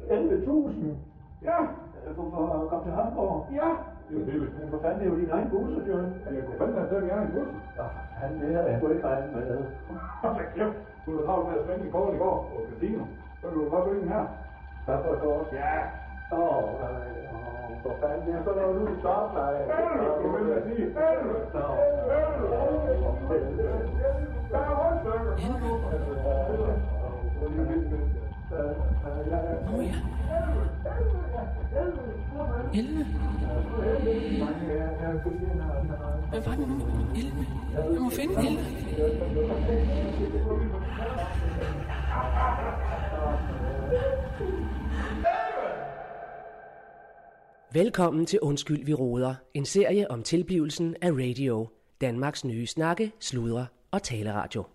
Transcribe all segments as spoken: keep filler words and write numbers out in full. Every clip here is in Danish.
elleve tusind? Ja. For, for at komme til Hamburg? Ja. Det er det. Men for fanden, det er jo din egen bus, John. Jeg kunne fandme have taget min egen bus. Ja, for fanden, det havde jeg sgu ikke regnet med. Hold da kæft. Du havde travlt med at spænde i kort i går på casino. Så kan du godt gå ind her. Hvad for et kort? Ja. Åh, oh, for fanden, det er sådan noget, du vil starte dig. Helvede, du vil jeg sige. Helvede. Helvede. Der er rundstykker. Nå ja. elleve. Hvad var det nu? elleve. Jeg må finde elleve. Velkommen til Undskyld, vi råder. En serie om tilblivelsen af radio. Danmarks nye snakke, sludre og taleradio.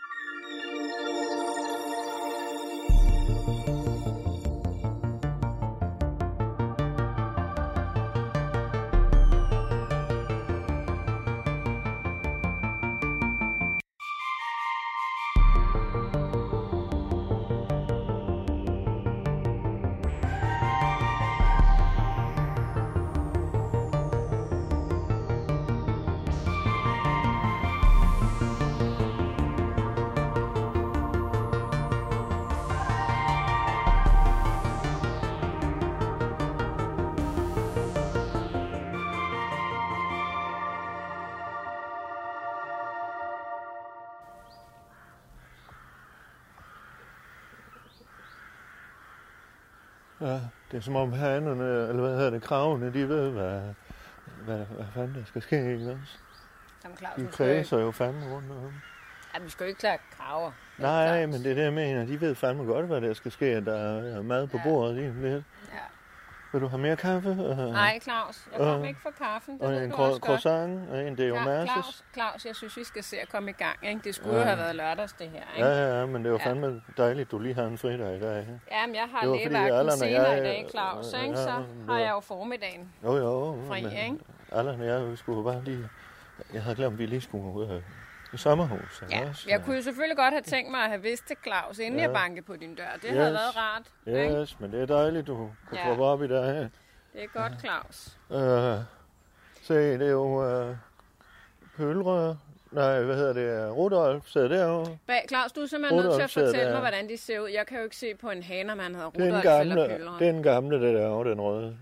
Ja, det er som om hanerne, eller hvad hedder det, kravene, de ved, hvad, hvad, hvad fanden der skal ske, ikke også? Jamen, Claus, De kredser jo fandme rundt om. Ja, vi skal jo ikke klare kraver. Nej, men det er det, jeg mener. De ved fandme godt, hvad der skal ske, at der er mad på bordet lige lidt. Ja. Vil du have mere kaffe? Nej, Claus. Jeg kommer ikke for kaffen. Det og en croissant, og en deomasis. Claus, Claus, jeg synes, vi skal se at komme i gang. Ikke? Det skulle ja. jo have været lørdags, det her. Ikke? Ja, ja, men det var fandme ja. dejligt, du lige har en fridag i dag. Jamen, jeg har lægevagten senere jeg, i dag, Claus. Ja, ikke? Så har jeg jo formiddagen jo, jo, fri. Men, ikke? Allan og jeg skulle bare lige... Jeg havde glemt, at vi lige skulle ud i sommerhus. Ja, også. Jeg kunne jo selvfølgelig godt have tænkt mig at have vidst det, Claus, inden ja. jeg bankede på din dør. Det yes. havde været rart. Yes, ikke? Men det er dejligt, du kan ja. få op i dag. Det er godt, Claus. Uh, se, det er jo uh, pølrør. Nej, hvad hedder det? Rudolf sidder derovre. Bag, Claus, du er simpelthen Rudolf nødt til at fortælle mig, hvordan de ser ud. Jeg kan jo ikke se på en hane, om han hedder Rudolf gamle, eller pølrør. Det er den gamle, det derovre, den røde.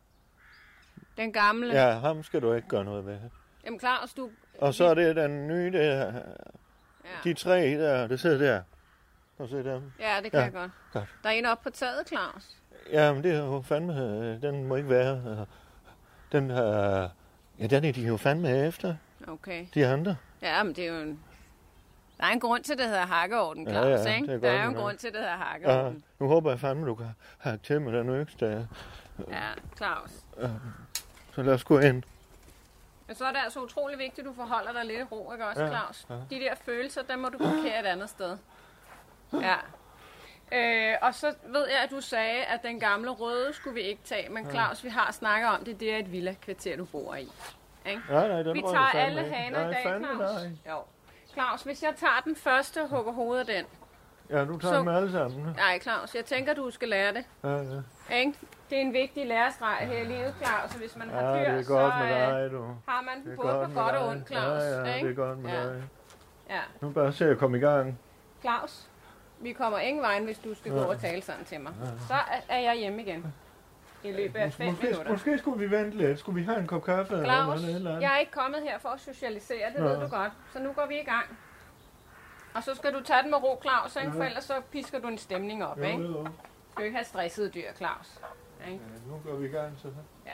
Den gamle? Ja, ham skal du ikke gøre noget ved. Jamen, Claus, du... Og så er det den nye, det er... Ja. De tre der, det sidder der. Og se dem. Ja, det kan ja. jeg godt. godt. Der er en oppe på taget, Claus. Jamen, det er jo fandme... Den må ikke være... Den her... Ja, den er de jo fandme efter. Okay. De andre. Ja, men det er jo en... Der er en grund til, det hedder hakkeorden, Claus, ja, ja, ikke? Det der godt, er jo en ja. grund til, det hedder hakkeorden. Ja, nu håber jeg fandme, du kan hakke til med den økse der. Ja, Claus. Ja. Så lad os gå ind. Men så er det altså utrolig vigtigt, at du forholder dig lidt i ro, ikke også, ja, Claus? Ja. De der følelser, der må du parkere et andet sted. Ja. Øh, og så ved jeg, at du sagde, at den gamle røde skulle vi ikke tage. Men Claus, vi har snakket om det. Det er et villa-kvarter, du bor i. Ikke? Nej, nej, den vi tager alle haner i dag, Claus. Jo. Claus, hvis jeg tager den første og hugger hovedet af den. Ja, du tager så... dem alle sammen. Nej, Claus, jeg tænker, du skal lære det. Ja, ja. Ikke? Det er en vigtig lærestreg her i livet, Claus. Så hvis man har ja, dyr, det er så godt med dig, du. har man den både på godt og ondt, Claus. Ja, ja, ikke? det er godt med ja. dig. Ja. Nu bare se at komme i gang. Claus, vi kommer ingen vejen, hvis du skal ja. gå og tale sådan til mig. Ja. Så er jeg hjemme igen. I løbet af fem måske, minutter. Måske skulle vi vente lidt. Skulle vi have en kop kaffe? Claus, eller eller jeg er ikke kommet her for at socialisere, det ja. ved du godt. Så nu går vi i gang. Og så skal du tage den med ro, Claus, ikke? Ja. For ellers så pisker du en stemning op, jo, ikke? Jo. Du skal ikke have stressede dyr, Claus. Ikke? Ja, nu går vi i gang, så. Ja.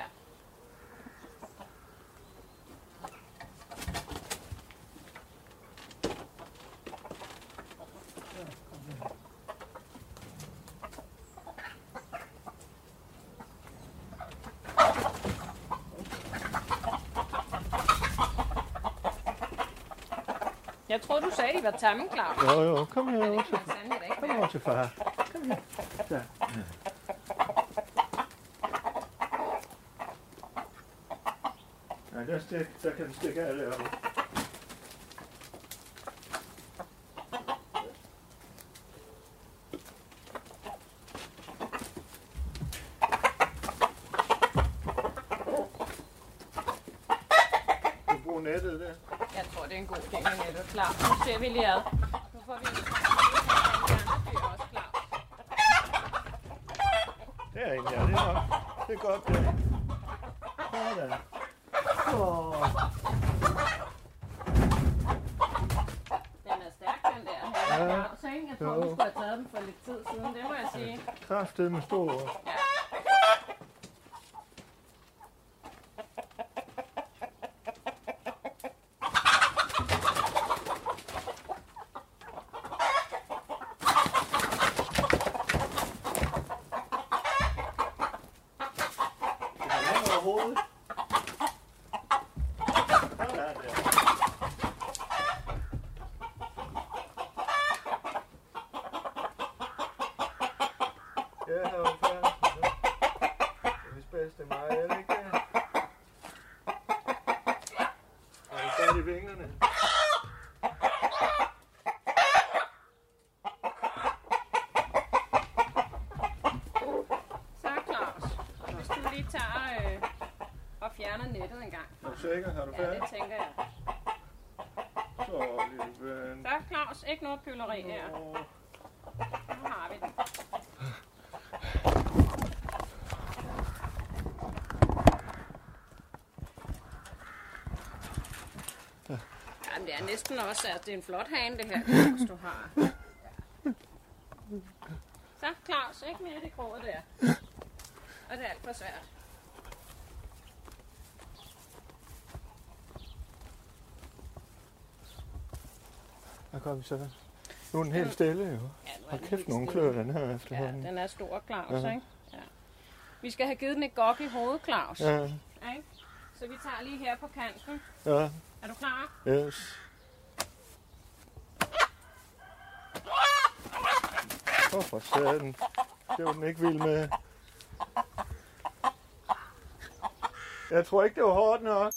Jeg troede, du sagde, I var tamme, Claus. Jo, jo, kom her over til, kom over til far. Kom her. Der. Ja, der, stik, der kan den stikke alle op. nettet der. Jeg tror, det er en god idé med nettet. Klar, nu ser vi lige ad. Nu får vi de andre dyr også klar. Det er en, ja, det er nok. Det er godt, det. Sådan. Åh. Den er stærk, den der. Ja. Ja. Så jeg tror, du skulle have taget den for lidt tid siden, det må jeg sige. Kraftet med stor. Ja. Overhovedet. Ja, her var færdig. Det er vist bedst af mig, er det ikke det? Har du fat i vingerne? Så Claus, hvis du lige tager øh, og fjerner nettet en gang. Er du sikker? Har du Ja, færdig? det tænker jeg. Så, lille ven. Så Claus, ikke noget pylleri her. Nu har vi den. Jamen, det er næsten også, at det er en flot hane, det her, Claus, du har. Ja. Så, Claus, ikke mere i det grå der. Og det er alt for svært. Der kom vi så. Nu er den helt stille, jo. Ja, nu er Hold den kæft, helt nogen stille. klør den her Ja, efterhånden. den er stor, Claus, Ja. ikke? Ja. Vi skal have givet den et gok i hovedet, Claus. Ja, Ikke? Så vi tager lige her på kanten. ja, Er du klar? yes. Hvorfor sagde den? Det var den ikke vild med. Jeg tror ikke, det var hårdt nok.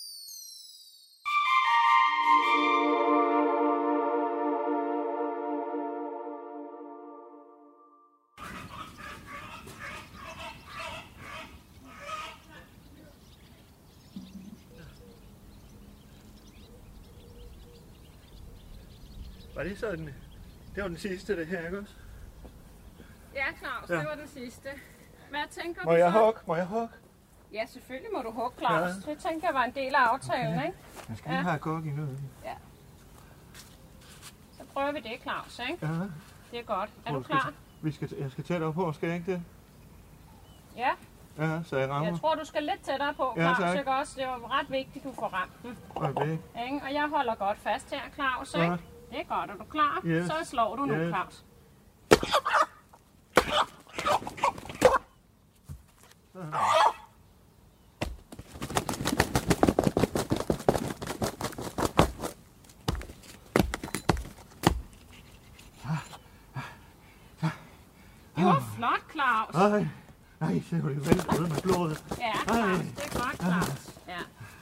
Var det sådan? Det var den sidste, det her, ikke også? Ja, Claus, Ja. det var den sidste. Hvad tænker Må du jeg så? hugge? Må jeg hugge? Ja, selvfølgelig må du hugge, Claus. Ja. Det tænker jeg var en del af aftalen, Okay. ikke? Jeg skal Ja. lige have gok i noget. Så prøver vi det, Claus, ikke? Ja. Det er godt. Er du Hvor skal klar? jeg- Vi skal, jeg skal tættere på, skal jeg ikke det? Ja, Ja, så jeg rammer. jeg tror, du skal lidt tættere på, Ja, Claus. tak. Ikke også? Det er ret vigtigt, du får ramt den. Okay. Ikke? Og jeg holder godt fast her, Claus, ikke? Godt. Det er godt. Er du klar? Yes. Så slår du nu, Yes. Claus. Det var flot, Claus. Ej, ej, se hvor det vælter ud med blodet. Ja, Claus. Det er godt, Claus. Ja.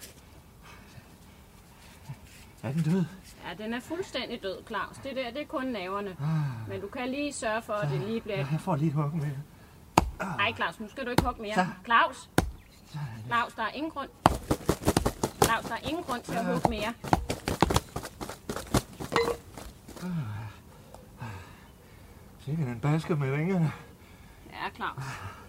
Er den død? Ja, den er fuldstændig død, Claus. Det der, det er kun nerverne. Men du kan lige sørge for, at det lige bliver... Ja, jeg får lige et hug med. Nej, Claus, nu skal du ikke hugge mere. Så. Claus! Claus, der er ingen grund. Claus, der er ingen grund til at hugge mere. Sikke den basker med vingerne. Ja, Claus.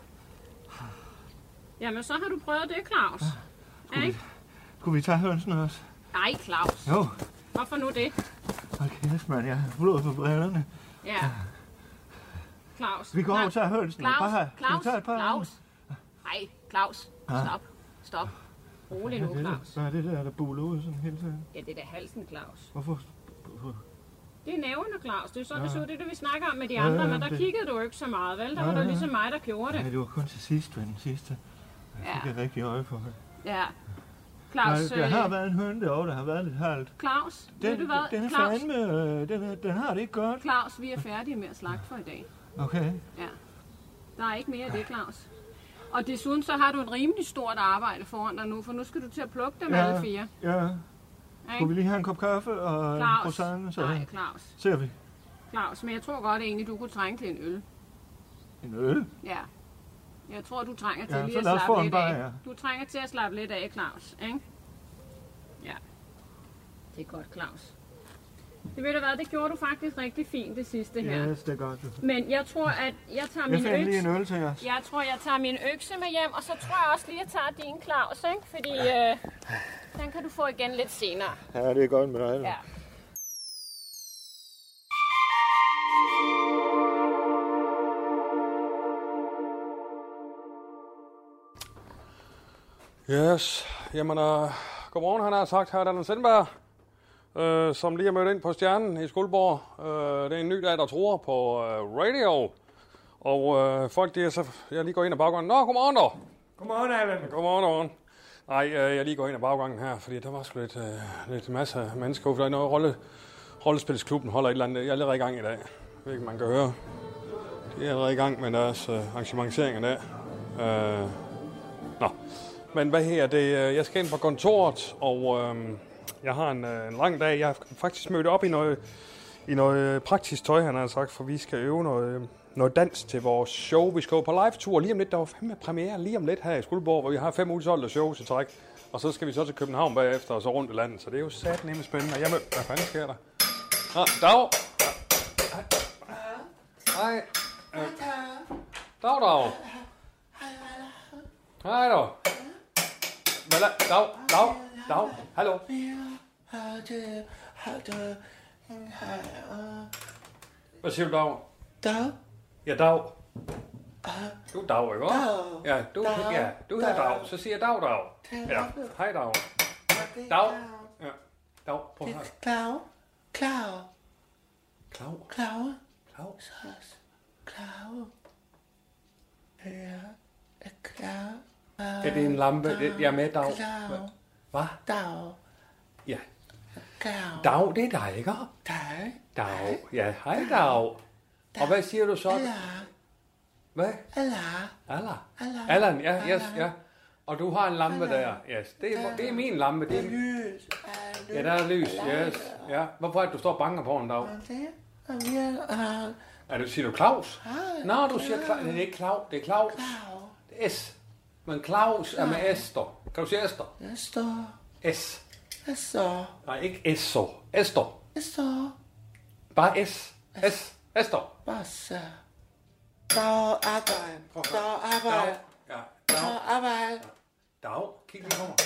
Jamen, så har du prøvet det, Claus. Ja, ikke? Skulle vi tage hønsen også? Nej, Claus. Jo. Hvorfor nu det? Hold kæft, mand. Jeg har blod på brillerne. Ja. Claus. Vi går over og Claus. tager hønsen. Claus, Bare, skal vi Claus, tage et par Claus. Nej, Claus. Ja. Stop. Stop. Rolig nu, Hvad er det, Claus. hvad er det der, der buler ud sådan hele tiden? Ja, det er da halsen, Claus. Hvorfor? Hvorfor? Det er næverne, Claus. Det er sådan, Ja. det så ud. Det er det, vi snakker om med de Ja, andre, ja, men der det- kiggede du jo ikke så meget, vel? Der Ja, var det ja. ligesom mig, der gjorde Nej, det. det var kun til sidst ved den sidste. Jeg Ja. fik et rigtig øje for det. Ja. Claus, Der, der har øh, været en høn derovre, der har været lidt halvt. Claus, ved du Den, hvad? den er Claus, fandme, øh, den, er, den har det ikke godt. Claus, vi er færdige med at slagte for i dag. Okay. Ja. Der er ikke mere af det, Claus. Og desuden så har du et rimelig stort arbejde foran dig nu, for nu skal du til at plukke dem Ja. alle fire. Ja. Ikke? Skulle vi lige have en kop kaffe og en Claus, croissant, så nej, Claus. ser vi. Claus, men jeg tror godt egentlig, du kunne trænge til en øl. En øl? Ja. Jeg tror, du trænger til Ja, lige så at lad os få slappe en lidt bajer. af. Du trænger til at slappe lidt af, Claus. Ikke? Ja. Det er godt, Claus. Det ved du hvad, det gjorde du faktisk rigtig fint det sidste her. Yes, det er godt. Men jeg tror, at jeg tager Jeg min finder lige økse. en øl til jer. Jeg tror, jeg tager min økse med hjem, og så tror jeg også lige, at jeg tager din, Claus, ikke? Fordi øh, den kan du få igen lidt senere. Ja, det er godt med dig. Ja. Yes, jamen, uh, godmorgen, han har sagt, her er Allan Sindberg, uh, som lige er mødt ind på Stjernen i Skuldborg. Uh, det er en ny dag, der tror på uh, radio, og uh, folk, de er så, jeg lige går ind ad baggrunden. Nå, godmorgen da. Godmorgen, Allan. Godmorgen, godmorgen. Nej, uh, jeg lige går ind ad baggangen her, fordi der var sgu lidt, uh, lidt masse af mennesker, for der er noget rolle, rollespilsklubben holder et eller andet. Jeg er allerede i gang i dag. Jeg ved ikke, man kan høre. De er allerede i gang med deres uh, arrangementering af dag. Uh, nå. Men hvad her, det, jeg skal ind på kontoret, og øhm, jeg har en, en lang dag. Jeg har faktisk mødt op i noget, i noget praktisk tøj, han har sagt, for vi skal øve noget, noget dans til vores show. Vi skal jo på live-tur lige om lidt. Der var fandme premiere lige om lidt her i Skuldborg, hvor vi har fem udsolgte shows i træk. Og så skal vi så til København bagefter, og så rundt i landet. Så det er jo sat nemlig spændende. Og jeg mød, hvad fanden sker der? Nå, dag! Hej! Dag, dag! Hej, dag! Hvad la- Dag, dag, dag, hallo. Hvad siger du, Dag? Dag. Ja, Dag. Du er Dag, ikke også? Ja, du, ja, du er Dag. Så siger jeg Dag, Dag. Ja, hej, Dag. Dag. Ja, Dag, prøv at høre. Klau. Klau. Klau. Klau. Klau. Klau. Ja, klar. Er det en lampe? Det- Jeg er med, Dag. Klau. Hvad? Dag. Ja. Klau. Dag, det er dig, ikke? Dag. Dag. Ja, hej, Dag. Og hvad siger du så? Allah. Hvad? Allah. Allan. Allan. Allan, ja, yes, ja. Og du har en lampe der. Yes, det er, det er min lampe. Det er, Lys. ja, der er lys. Yes. Ja. Hvorfor er det, du står og banker på en Dag? Det er virkelig. Er det, siger du Claus? Nå, du siger Claus. Det er ikke Claus, det er Claus. Klau. Det er S. Men Claus er med Esther. Kan du sige Esther? Jeg står. S. Jeg står. Nej, ikke Esther. Esther. Jeg står. Bare S. S. Esther. Basse. Dag arbejde. Dag arbejde. Ja. Dag Dag. arbejde. Dag. Kig lige på mig.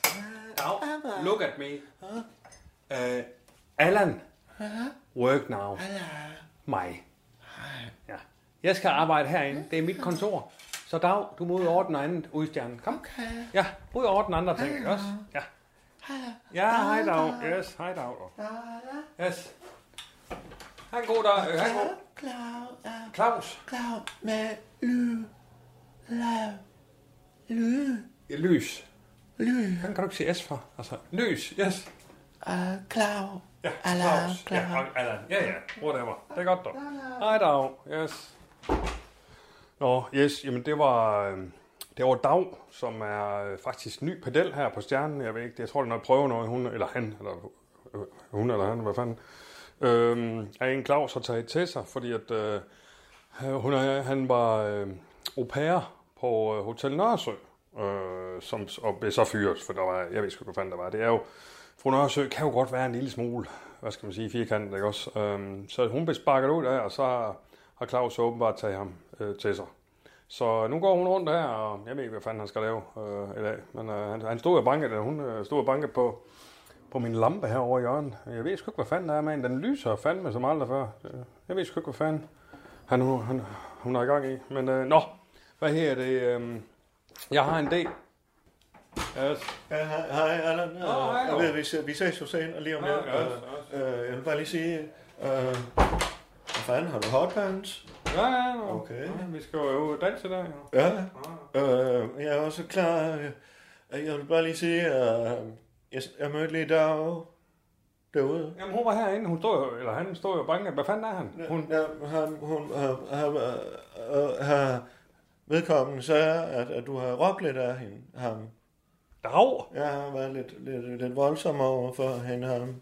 Dag. Look at me. Uh, Allan. Work now. Allah. Mig. Ja. Jeg skal arbejde herinde. Det er mit kontor. Så Dag, du må ud og ordne andet ude i Stjernen. Kom. Okay. Ja, ud og ordne andre ting, ikke også? Ja. Ja, hej Dag. Yes, hej Dag. Yes. Ha' en god dag. Øh, Ha' en god. Klau. Claus. Klau. Med ly. Lav. Ly. Ja, lys. Ly. Kan, kan du ikke sige S for? Altså, lys. Yes. Uh, Klau. Ja, Allan. Claus. Ja, og Allan. Ja, ja. Whatever. Det er godt dog. Hej Dag. Yes. Nå, yes. Jamen, det var... Øh, det var Dag, som er øh, faktisk ny pedel her på Stjernen. Jeg ved ikke, jeg tror, det er noget prøve noget, hun eller han, eller øh, hun eller han, hvad fanden. Øhm, er en Claus har taget til sig, fordi at øh, hun er, han var øh, au pair på øh, Hotel Nørresø, øh, som og blev så fyret, for der var, jeg ved sgu ikke, hvad fanden der var. Det er jo, fru Nørresø kan jo godt være en lille smule, hvad skal man sige, firkantet, ikke også? Øhm, så hun blev sparket ud af, og så har, har Claus åbenbart taget ham øh, til sig. Så nu går hun rundt der, og jeg ved ikke, hvad fanden han skal lave øh, i dag. Men øh, han, han stod og bankede, eller hun øh, stod og bankede på, på min lampe her over i hjørnet. Jeg ved sgu ikke, hvad fanden der er med den. Den lyser fandme som aldrig før. Jeg ved sgu ikke, hvad fanden han, han, hun er i gang i. Men øh, nå, hvad her det? Øh, jeg har en idé. Yes. Ja, hej, hej, Allan. Nå, hej, Jeg dog. ved, vi, ses- vi ses jo sen, og lige om Ja, lidt. ja, Øh, øh, jeg vil bare lige sige, øh, hvad fanden, har du hotpants? Ja, ja, nå. Okay. Ja, vi skal jo danse der. Jo. Ja, øh, jeg er også klar. øh, Jeg vil bare lige sige, at øh, jeg, jeg mødte lige Dag derude. Jamen, hun var herinde. Hun stod jo, eller han stod jo og bankede. Hvad fanden er han? Hun, Ja, han, hun har, har, har, har vedkommende sagde, at, at du har råbt lidt af hende, ham. Dag. Jeg har været lidt, lidt, lidt voldsom over for hende, ham.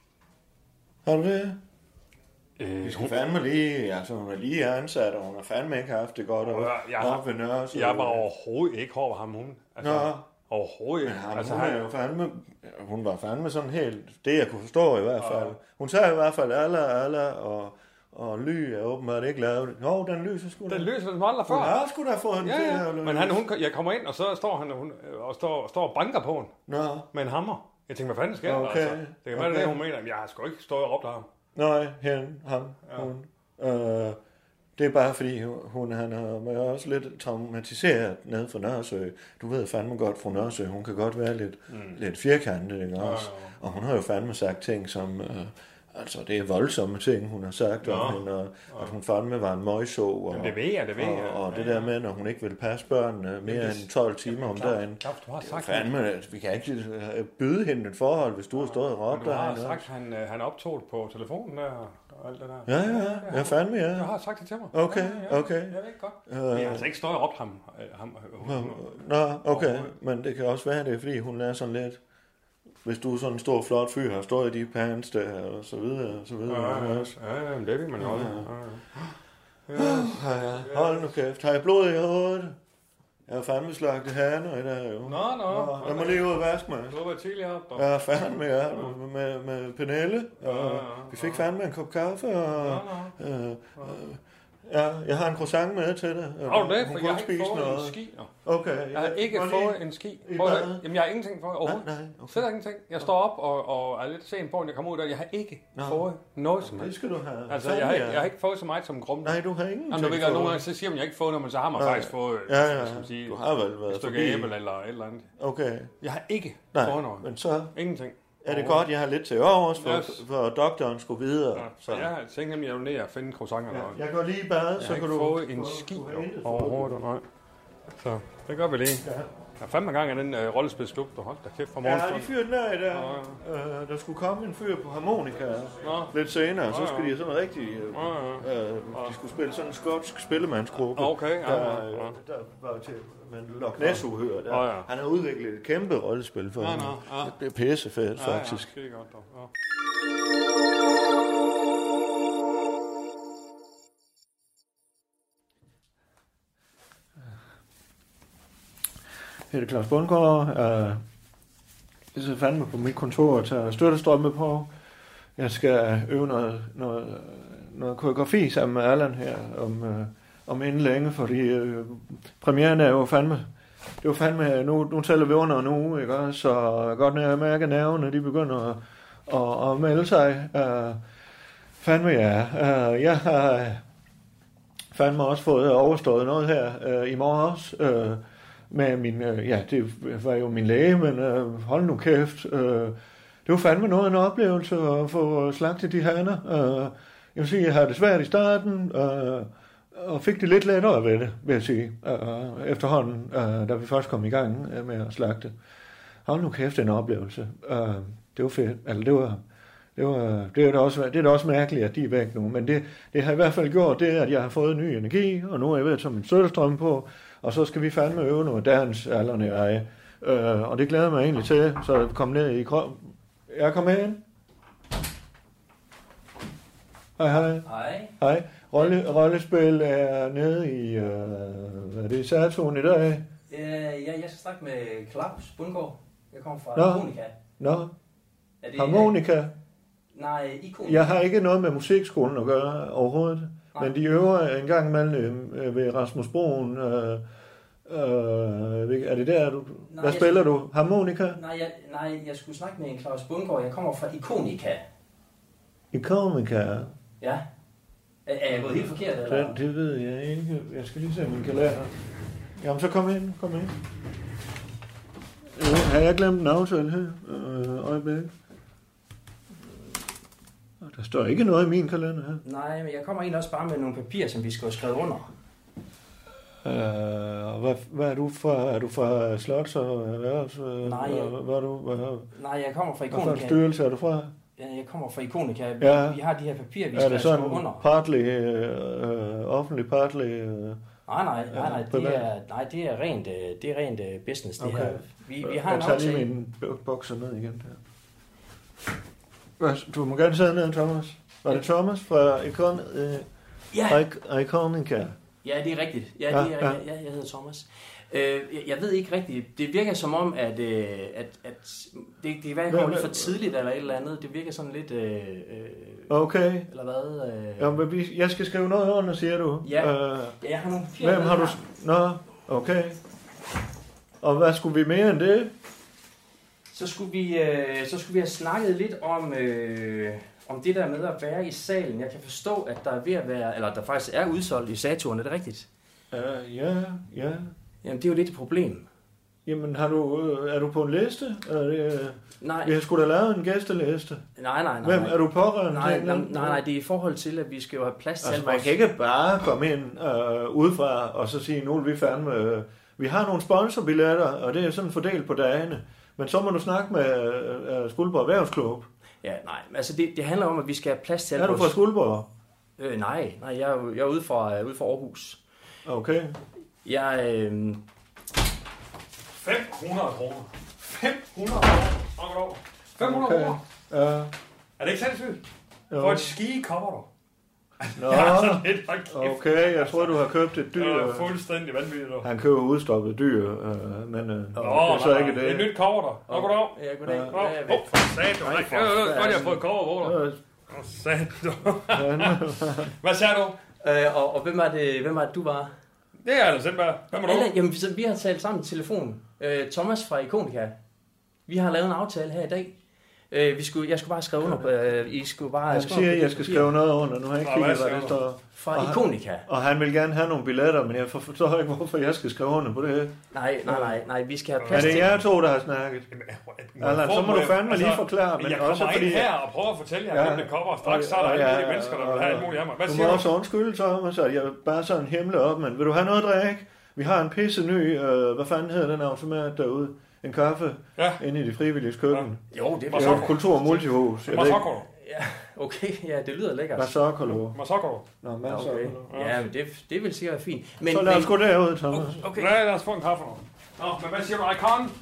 Har du det? Øh, Vi skal fandme lige, altså hun er lige ansat, og hun har fandme ikke haft det godt. Og jeg, har, op ved Nørresø. jeg var overhovedet ikke hård ved ham, hun. Altså, Nå. Overhovedet ikke. Ja, altså, hun, han, er jo fandme, hun var fandme sådan helt, det jeg kunne forstå i hvert fald. Hun sagde i hvert fald, alla, alla, og, og ly er åbenbart ikke lavet. Jo, den lyser sgu da. den lyser som aldrig før. Hun har sgu da fået den Ja, til ja. her. Men han, hun, jeg kommer ind, og så står han hun, og, står, står og banker på hende Nå, med en hammer. Jeg tænker, hvad fanden sker der? Okay, Altså? Det kan være, okay. det hun mener. Jeg har sgu ikke stået og råbt af ham. nej, hende, ham, Ja. hun. Øh, det er bare fordi, hun han er også lidt traumatiseret nede for Nørresø. Du ved fandme godt, fru Nørresø, hun kan godt være lidt, mm. lidt firkantet, ikke også? Ja, ja. Og hun har jo fandme sagt ting, som... Øh, altså, det er voldsomme ting, hun har sagt Nå. om hende, og at hun fandme var en møgså. Og, Jamen, det ved jeg, det ved jeg. og, og det Ja, der med, når hun ikke vil passe børnene mere end tolv timer om dagen. Claus, du har sagt, Fandme, vi kan ikke øh, byde hende et forhold, hvis du har stået og men råbt du af har hende. sagt, han, øh, han optog det på telefonen der, og alt det der. Ja, ja, ja, ja, fandme, ja. Jeg har sagt det til mig. Okay, ja, ja, okay. Jeg ved ikke godt. Øh. Men jeg har altså ikke stået og råbt ham. øh, ham øh, hun- Nå, okay, men det kan også være, det er, fordi hun er sådan lidt... Hvis du er sådan en stor, flot fyr, har stået i de pants der, og så videre, og så videre. Ja, ja, også. ja, men det vil man holde. Ja, ja. Ja, ja. Hold nu kæft. Har jeg blod i hovedet? Jeg har fandme slagtet haner i dag, jo. Nå, nå. Jeg må lige ud og vaske mig. Du var tidligere op, dog. Ja, fandme, ja. Med, med Pernille. Og vi fik fandme en kop kaffe, og... Øh, øh, ja, jeg har en croissant med til dig. Har du det? Hun For kunne jeg har spise ikke fået noget. en ski. Nå. Okay. Jeg har ikke Må fået lige- en ski. i Prøv at- bad? Jamen, jeg har ingenting for overhovedet. Nej, nej, okay. Slet ingenting. Jeg står op og, og er lidt sent på, når jeg kommer ud der. Jeg har ikke Nå. fået noget som Det helst. skal du have. Altså, jeg har, ikke, jeg har ikke fået så meget som en grumme. Nej, du har ingen Jamen, du ved godt, nogle gange så siger man, at jeg ikke fået noget, men så har man Nej. faktisk fået, Ja, ja, hvad skal man sige, du har vel et været stykke forbi. æble eller et eller andet. Okay. Jeg har ikke Nej, fået noget. men så Ingenting. er det godt, jeg har lidt til overs, for, Yes. for doktoren skulle videre. Ja, så jeg tænkte nemlig, at jeg vil ned og finde croissanter. Ja, Ja, jeg går lige i bad, jeg så har kan ikke du... fået en du- ski du har intet overhovedet. Nej. Så det gør vi lige. Ja. Jeg har fandme gang af den uh, rollespilsklub, der holdt der kæft fra Ja, de morgenstunden. fyrer den af der. Øh, der skulle komme en fyr på harmonika Nå. lidt senere, så Ja, skulle ja. de sådan rigtig... Øh, Ja, ja. øh, de skulle spille sådan en skotsk spillemandsgruppe. Okay, ja, der, ja, øh, ja. der var til med Loch Ness-uhør. Der. Ja, ja. Han har udviklet et kæmpe rollespil for Ja, ham. nå, ja. Det er pissefedt, Ja, faktisk. Ja, det er godt dog. Ja. Jeg hedder Claus Bundgaard. Uh, jeg sidder fandme på mit kontor og tager støttestrømme på. Jeg skal øve noget, noget, noget koreografi sammen med Allan her om, uh, om inden længe, fordi uh, premieren er jo fandme... Det er jo fandme... Nu, nu tæller vi under en uge, ikke også? Så godt når jeg mærker nerverne, de begynder at, at, at melde sig. Uh, fandme ja. Uh, jeg har fandme også fået overstået noget her uh, i morges. Uh, med min, øh, ja, det var jo min læge, men øh, hold nu kæft. Øh, det var fandme noget af en oplevelse at få slagtet de haner. Øh, jeg vil sige, jeg havde det svært i starten, øh, og fik det lidt lettere ved det, vil jeg sige, øh, efterhånden, øh, da vi først kom i gang øh, med at slagte. Hold nu kæft, en oplevelse. Øh, det var fedt. Altså, det var... Det, var, det, er da også, det er da også mærkeligt, at de er væk nu, men det, det har i hvert fald gjort det, at jeg har fået ny energi, og nu er jeg ved at tage min støttestrøm på, og så skal vi fandme øve noget dans, alderne og jeg. Øh, og det glæder jeg mig egentlig til, så jeg kom ned i krop. Jeg kommer ind. Hej, hej. Hej. Hej. Rolle, rollespil er nede i, øh, hvad er det, Saturn i dag? Ja, jeg, jeg skal snakke med Claus Bundgaard. Jeg kommer fra Nå. Harmonika. Nå, Er det, harmonika. Nej, Ikonika. Jeg har ikke noget med musikskolen at gøre overhovedet, Nej. men de øver en gang imellem øh, ved Rasmus Broen. Øh, øh, er det der, du... Nej, Hvad jeg spiller skulle- du? Harmonika? Nej jeg, nej, jeg skulle snakke med en Claus Bundgaard. Jeg kommer fra Ikonika. Ikonika? Ja. Er, er jeg gået helt forkert, eller? Det, det ved jeg ikke. Jeg skal lige se min kalender. Jamen, så kom ind. Kom ind. Øh, har jeg glemt en aftale her? Øh, øjeblik. Der står ikke noget i min kalender her. Nej, men jeg kommer egentlig også bare med nogle papirer, som vi skal have skrevet under. Øh, hvad, hvad er du fra? Er du fra Slots og Erhvervs? Øh, Nej, jeg- Hvad, hvad er du? Hvad, Nej, jeg kommer fra hvad for en Ikonika. styrelse er du fra? Ja, jeg kommer fra Ikonika. Vi, Ja. vi har de her papirer, vi Er skal det have skrevet sådan under. partly øh, offentlig, partly... Øh, Nej, nej, nej, nej, det privat? er, nej, det er rent, øh, det er rent øh, business, det Okay. her. Vi, vi har en jeg tager lige aftale. min bokser ned igen der. Hvad, du må gerne sidde ned, Thomas. Var det Thomas fra Icon, øh, Ja, Ic- Iconica? Ja, det er rigtigt. Ja, Ja, det er, ja. ja. Ja, jeg hedder Thomas. Øh, jeg, jeg ved ikke rigtigt. Det virker som om, at, øh, at, at det, det er hverken lidt for tidligt eller et eller andet. Det virker sådan lidt... Øh, øh, Okay. Eller hvad? Øh... Ja, men vi, jeg skal skrive noget under, siger du? Ja, Øh, ja jeg har nogle fire. hvem har du... her. Nå, okay. Og hvad skulle vi mere end det? Så skulle vi, øh, så skulle vi have snakket lidt om, øh, om det der med at være i salen. Jeg kan forstå, at der er ved at være, eller der faktisk er udsolgt i Saturn, er det rigtigt? Uh, ja, ja. Jamen, det er jo lidt et problem. Jamen, har du, øh, er du på en liste? Er det, øh, Nej, vi har sgu da lavet en gæsteliste. nej, nej, nej. Hvem er du pårørende Nej, til? nej, nej, nej, det er i forhold til, at vi skal jo have plads til Altså, alle man vores... kan ikke bare komme ind øh, udefra og så sige, nu vil vi fandme... Øh, vi har nogle sponsorbilletter, og det er sådan fordelt på dagene. Men så må du snakke med øh, Skuldborg Erhvervsklub. Ja, nej, altså det, det handler om, at vi skal have plads til alle Er du fra vores... Skuldborg? Øh, nej, nej, jeg er, jo- jeg er ude fra, ude fra Aarhus. Okay. Jeg, øh, fem hundrede kroner. fem hundrede kroner. fem hundrede Okay. kroner. Ja. Er det ikke sindssygt? Jo. For et ski kommer du. Nå, Ja, sådan lidt, hold kæft. okay. Jeg tror, du har købt et Det dyr. er fuldstændig vanvittigt. du. Han køber udstoppet dyr, øh, men øh, Nå, det er så nej, ikke nej. det. Et nyt cover der. Nå, goddag. ja, goddag. Ja. Nå, Ja, jeg åh, ved. for satan. du. Nej, for Jeg ved godt, jeg har fanden. fået et cover på dig. Øh, Åh, satan. du. Hvad sagde du? Øh, og, og hvem er det, hvem er det, du var? Det er Allan Sindberg. Hvem er du? Allan, jamen, vi, vi har talt sammen i telefon. Øh, Thomas fra Ikonika. Vi har lavet en aftale her i dag. Øh, vi skulle, jeg skulle bare skrive under på... Øh, I skulle bare... Han skrive siger, under at på jeg det skal papir. skrive noget under. Nu har jeg ikke Nå, kigget, hvad hvad der skriver står. Fra Og han- Ikonika. Og han vil gerne have nogle billetter, men jeg forstår ikke, hvorfor jeg skal skrive under på det. Nej, nej, nej, nej, vi skal have Er plads det til... jer to, der har snakket? Allan, så må du fandme lige forklare, men men jeg også kommer fordi... ind her og prøver at fortælle jer, Ja. hvem det kommer. Straks så er der Og- alle ja, mulige mennesker, der vil have alt muligt af mig. Hvad Du må siger også du? undskylde, Thomas, at jeg bare sådan himle op, men vil du have noget at drikke? Vi har en pisse ny, øh, hvad fanden hedder den automat derude? En kaffe Ja. inde i de frivillige køkken. Jo, det Det var er så... jo kultur- og multihus. Jeg ved ikke, Masokolo. Ja, okay, ja, det lyder lækkert. Masokolo. Masokolo. Nå, Ja, masokolo. okay. Ja, men det, det vil sikkert være fint. Men, Så lad os men, gå derud, Thomas. okay. Lad os få en kaffe nu. Nå, men hvad siger du? Icon?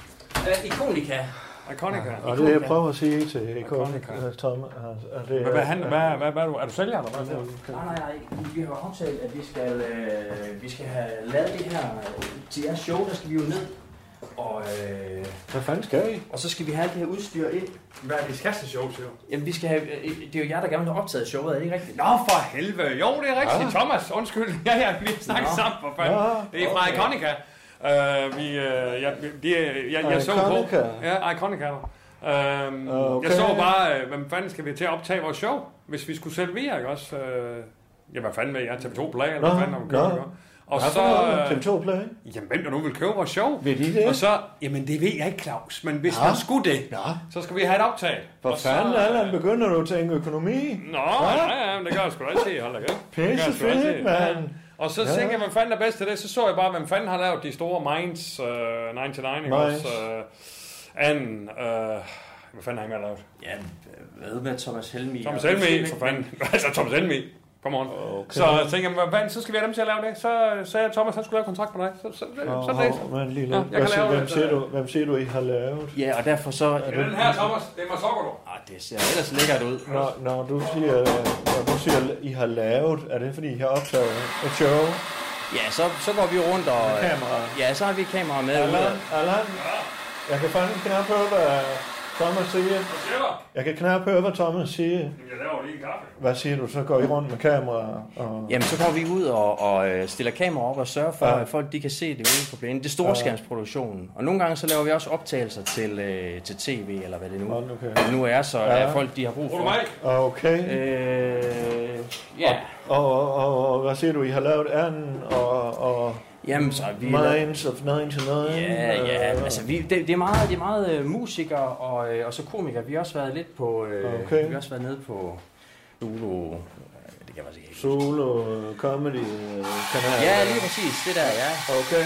Uh, Ikonika. Iconica. Og det jeg prøver at sige til Iconica. Thomas, er det... Hvad, hvad, han, hvad, hvad, hvad, er du? Er du sælger, eller hvad? Nej, nej, nej. Vi har jo aftalt, at vi skal, øh, vi skal have lavet det her øh, til jeres show. Der skal vi jo ned. Og, øh, Hvad fanden skal I? og så skal vi have det her udstyr ind. Hvad er det, I skal til show, siger du? Jamen, vi skal have, øh, det er jo jer, der gerne vil have optaget showet. Er det ikke rigtigt? Nå, for helvede. Jo, det er rigtigt. Ja. Thomas, undskyld. Ja, ja, vi snakker Nå. sammen, for fanden. Ja, Det er fra okay. Iconica. Uh, vi, uh, jeg, de, jeg, jeg så Iconica? på... Ja, Iconica. Um, Okay. Jeg så bare, uh, hvem fanden skal vi til at optage vores show, hvis vi skulle sælge via, ikke også? Uh, ja, hvad fanden med jer? T V to Play, eller Nå, hvad fanden om nå. køber, ikke? Og Hvad så... for noget? Uh, T V to Play? jamen, hvem der nu vil købe vores show? Ved I det? Og så... Jamen, det ved jeg ikke, Claus. Men hvis Ja. man skulle det, Ja. så skal vi have et optag. For Og så- fanden, Allan, begynder du at tænke økonomi? Nå, ja, ja, men det gør jeg sgu da altid. Hold da kæft. Det gør jeg Pisse sgu da altid. fedt, mand. Og så Ja. tænker jeg, hvad fanden er bedst til det? Så så jeg bare, hvem fanden har lavet de store Minds uh, nioghalvfems, ikke Minds. også? Uh, anden, uh, hvad fanden har han med lavet? Ja, hvad med Thomas Helmi? Thomas Og- Helmi, for fanden. Altså, Thomas Helmi. Come on. Okay. Så jeg tænker jeg, hvad, så skal vi have dem til at lave det. Så sagde jeg, Thomas, han skulle lave kontrakt med dig. Så, så, så, så, så det. Åh, men lige Nå, lidt. jeg kan Hvad siger- lave Hvem det. siger du, hvem siger du, I har lavet? Ja, og derfor så... Det er den her, Thomas. Det er Masokolo. Ah, det ser ellers lækkert ud. Når, når, du siger, når du siger, I har lavet, er det fordi, I har optaget et show? Ja, så, så går vi rundt og... Med kamera. Ja, så har vi kamera med. Allan, ude. Allan, jeg kan fandme knap høre, hvad Thomas siger. Hvad siger du? Jeg kan knap høre, hvad Thomas siger. Jeg laver lige en kaffe. Hvad siger du? Så går I rundt med kamera og... Jamen, så går vi ud og, og øh, stiller kamera op og sørger for, Ja. at folk de kan se det ude på plænen. Det er storskærmsproduktionen. Og nogle gange så laver vi også optagelser til, øh, til tv, eller hvad det nu, Nå, okay. det nu er, så Ja. er folk de har brug Tror du for. mig? Okay. Øh, ja, Og, og, og, og hvad siger du? I har lavet anden og... og jamen så vi... Minds of nine to nine. Ja, ja, øh, altså vi, det, det er meget, det er meget øh, musikere og, øh, og så komikere. Vi har også været lidt på, øh, Okay. vi har også været nede på Zulu, øh, det kan jeg faktisk ikke. Solo comedy øh, kanal. Ja, lige præcis, det der, ja. Okay.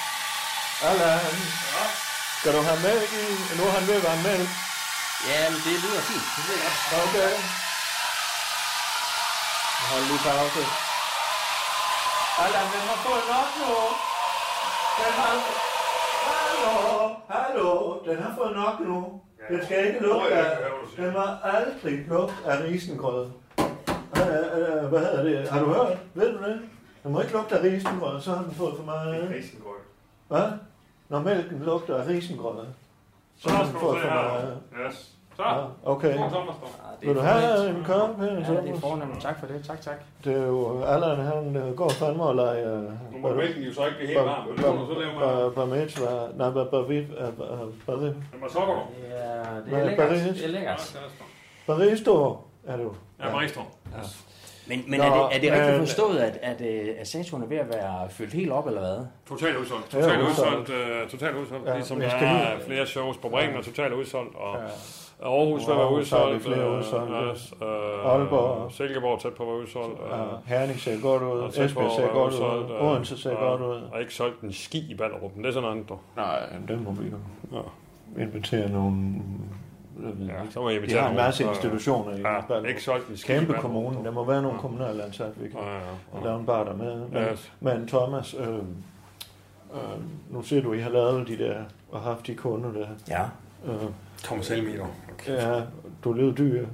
Allan. Skal du have mælk i? Nu er han ved at være mælk. Ja, men det lyder fint. Det lyder godt. Okay. Hold lige pause. Allan, den har fået nok nu. Den har... Hallo, hallo. Den har fået nok nu. Den skal ikke lugte af... Den må aldrig lugte af risengrød. Øh, øh, Hvad hedder det? Har du hørt? Ved du det? Du må ikke lugte af risengrød, så har du fået for meget. Risengrød. Hvad? Når mælken lugter af risengrød, så har du fået for meget. Yes. Så. Ja, okay. God sommer, Vil du have en kop her? Ja, det er fornemt. Tak for det. Tak, tak. Det er jo, Allan, han går fandme og leger... Nu må mælken jo så ikke blive helt varm, men det må du så lave med. Bar mitzvah, nej, bar vip, bar vip. Hvad sokker du? Ja, det er lækkert. Det er lækkert. Baristo er du. Ja, baristo. Men, men Nå, er det, er det rigtigt forstået, at, at, at Saturn er ved at være fyldt helt op, eller hvad? Totalt udsolgt. Totalt udsolgt. Uh, totalt udsolgt. Ja, ligesom der er flere shows på Bremen, og totalt udsolgt. Og ja. Aarhus vil være udsolgt. Flere udsolgt. Uh, Aalborg. Silkeborg tæt på at være udsolgt. Uh, Herning ser godt ud. Esbjerg ser godt ud. Odense ser godt ud. Og ikke solgt en ski i Ballerup, men det er sådan andet. Nej, det må vi jo invitere nogle... Ja, så må jeg de har en masse institutioner i ja, ikke solgt en kæmpe kommune. Der må være nogle ja. kommunale ansatte, vi kan ja, ja, ja. lave en bar der med. Men, yes. men Thomas, øh, øh, nu ser du, I har lavet de der, og haft de kunder der. Ja. Øh, Thomas Elmiter. Okay. Ja, du levede dyr.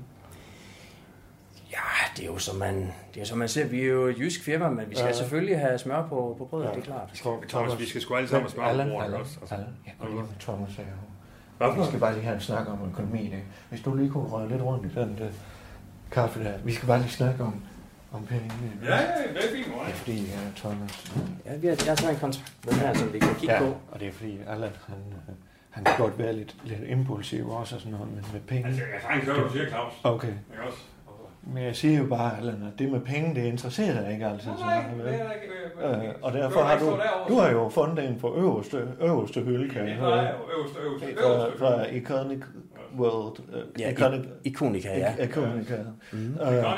Ja, det er jo som man, det er som man ser, vi er jo et jysk firma, men vi skal ja. selvfølgelig have smør på, på brødet, ja. det er klart. Thomas, Thomas, vi skal sgu alle sammen smør på brødet også. Altså. Jeg kan lige med Thomas sige. Vi skal bare lige have en snak om økonomi. Det. Hvis du lige kunne røre lidt rundt i den der kaffe der. Vi skal bare lige snakke om, om penge. Ja, ja, det er fint. Det er fordi, ja, Thomas... Ja, vi har, jeg har taget en kontrakt med den her, som vi kan kigge ja, på. og det er fordi, Allan, han, han kan godt være lidt, lidt impulsiv også og sådan noget, men med penge... Altså, jeg sagde ikke, du siger, Claus. Okay. Ikke også? Men jeg siger jo bare, Allan, at det med penge, det interesserer dig ikke altid. Nej, nej, det er ikke. Øh, og derfor har du, du har jo fundet en på øverste, øverste hylde, kan jeg høre. Nej, øverste, øverste, øverste. Fra Iconic World. Uh, ja, Iconic, Iconica, ja. Iconica. Mm. Iconica.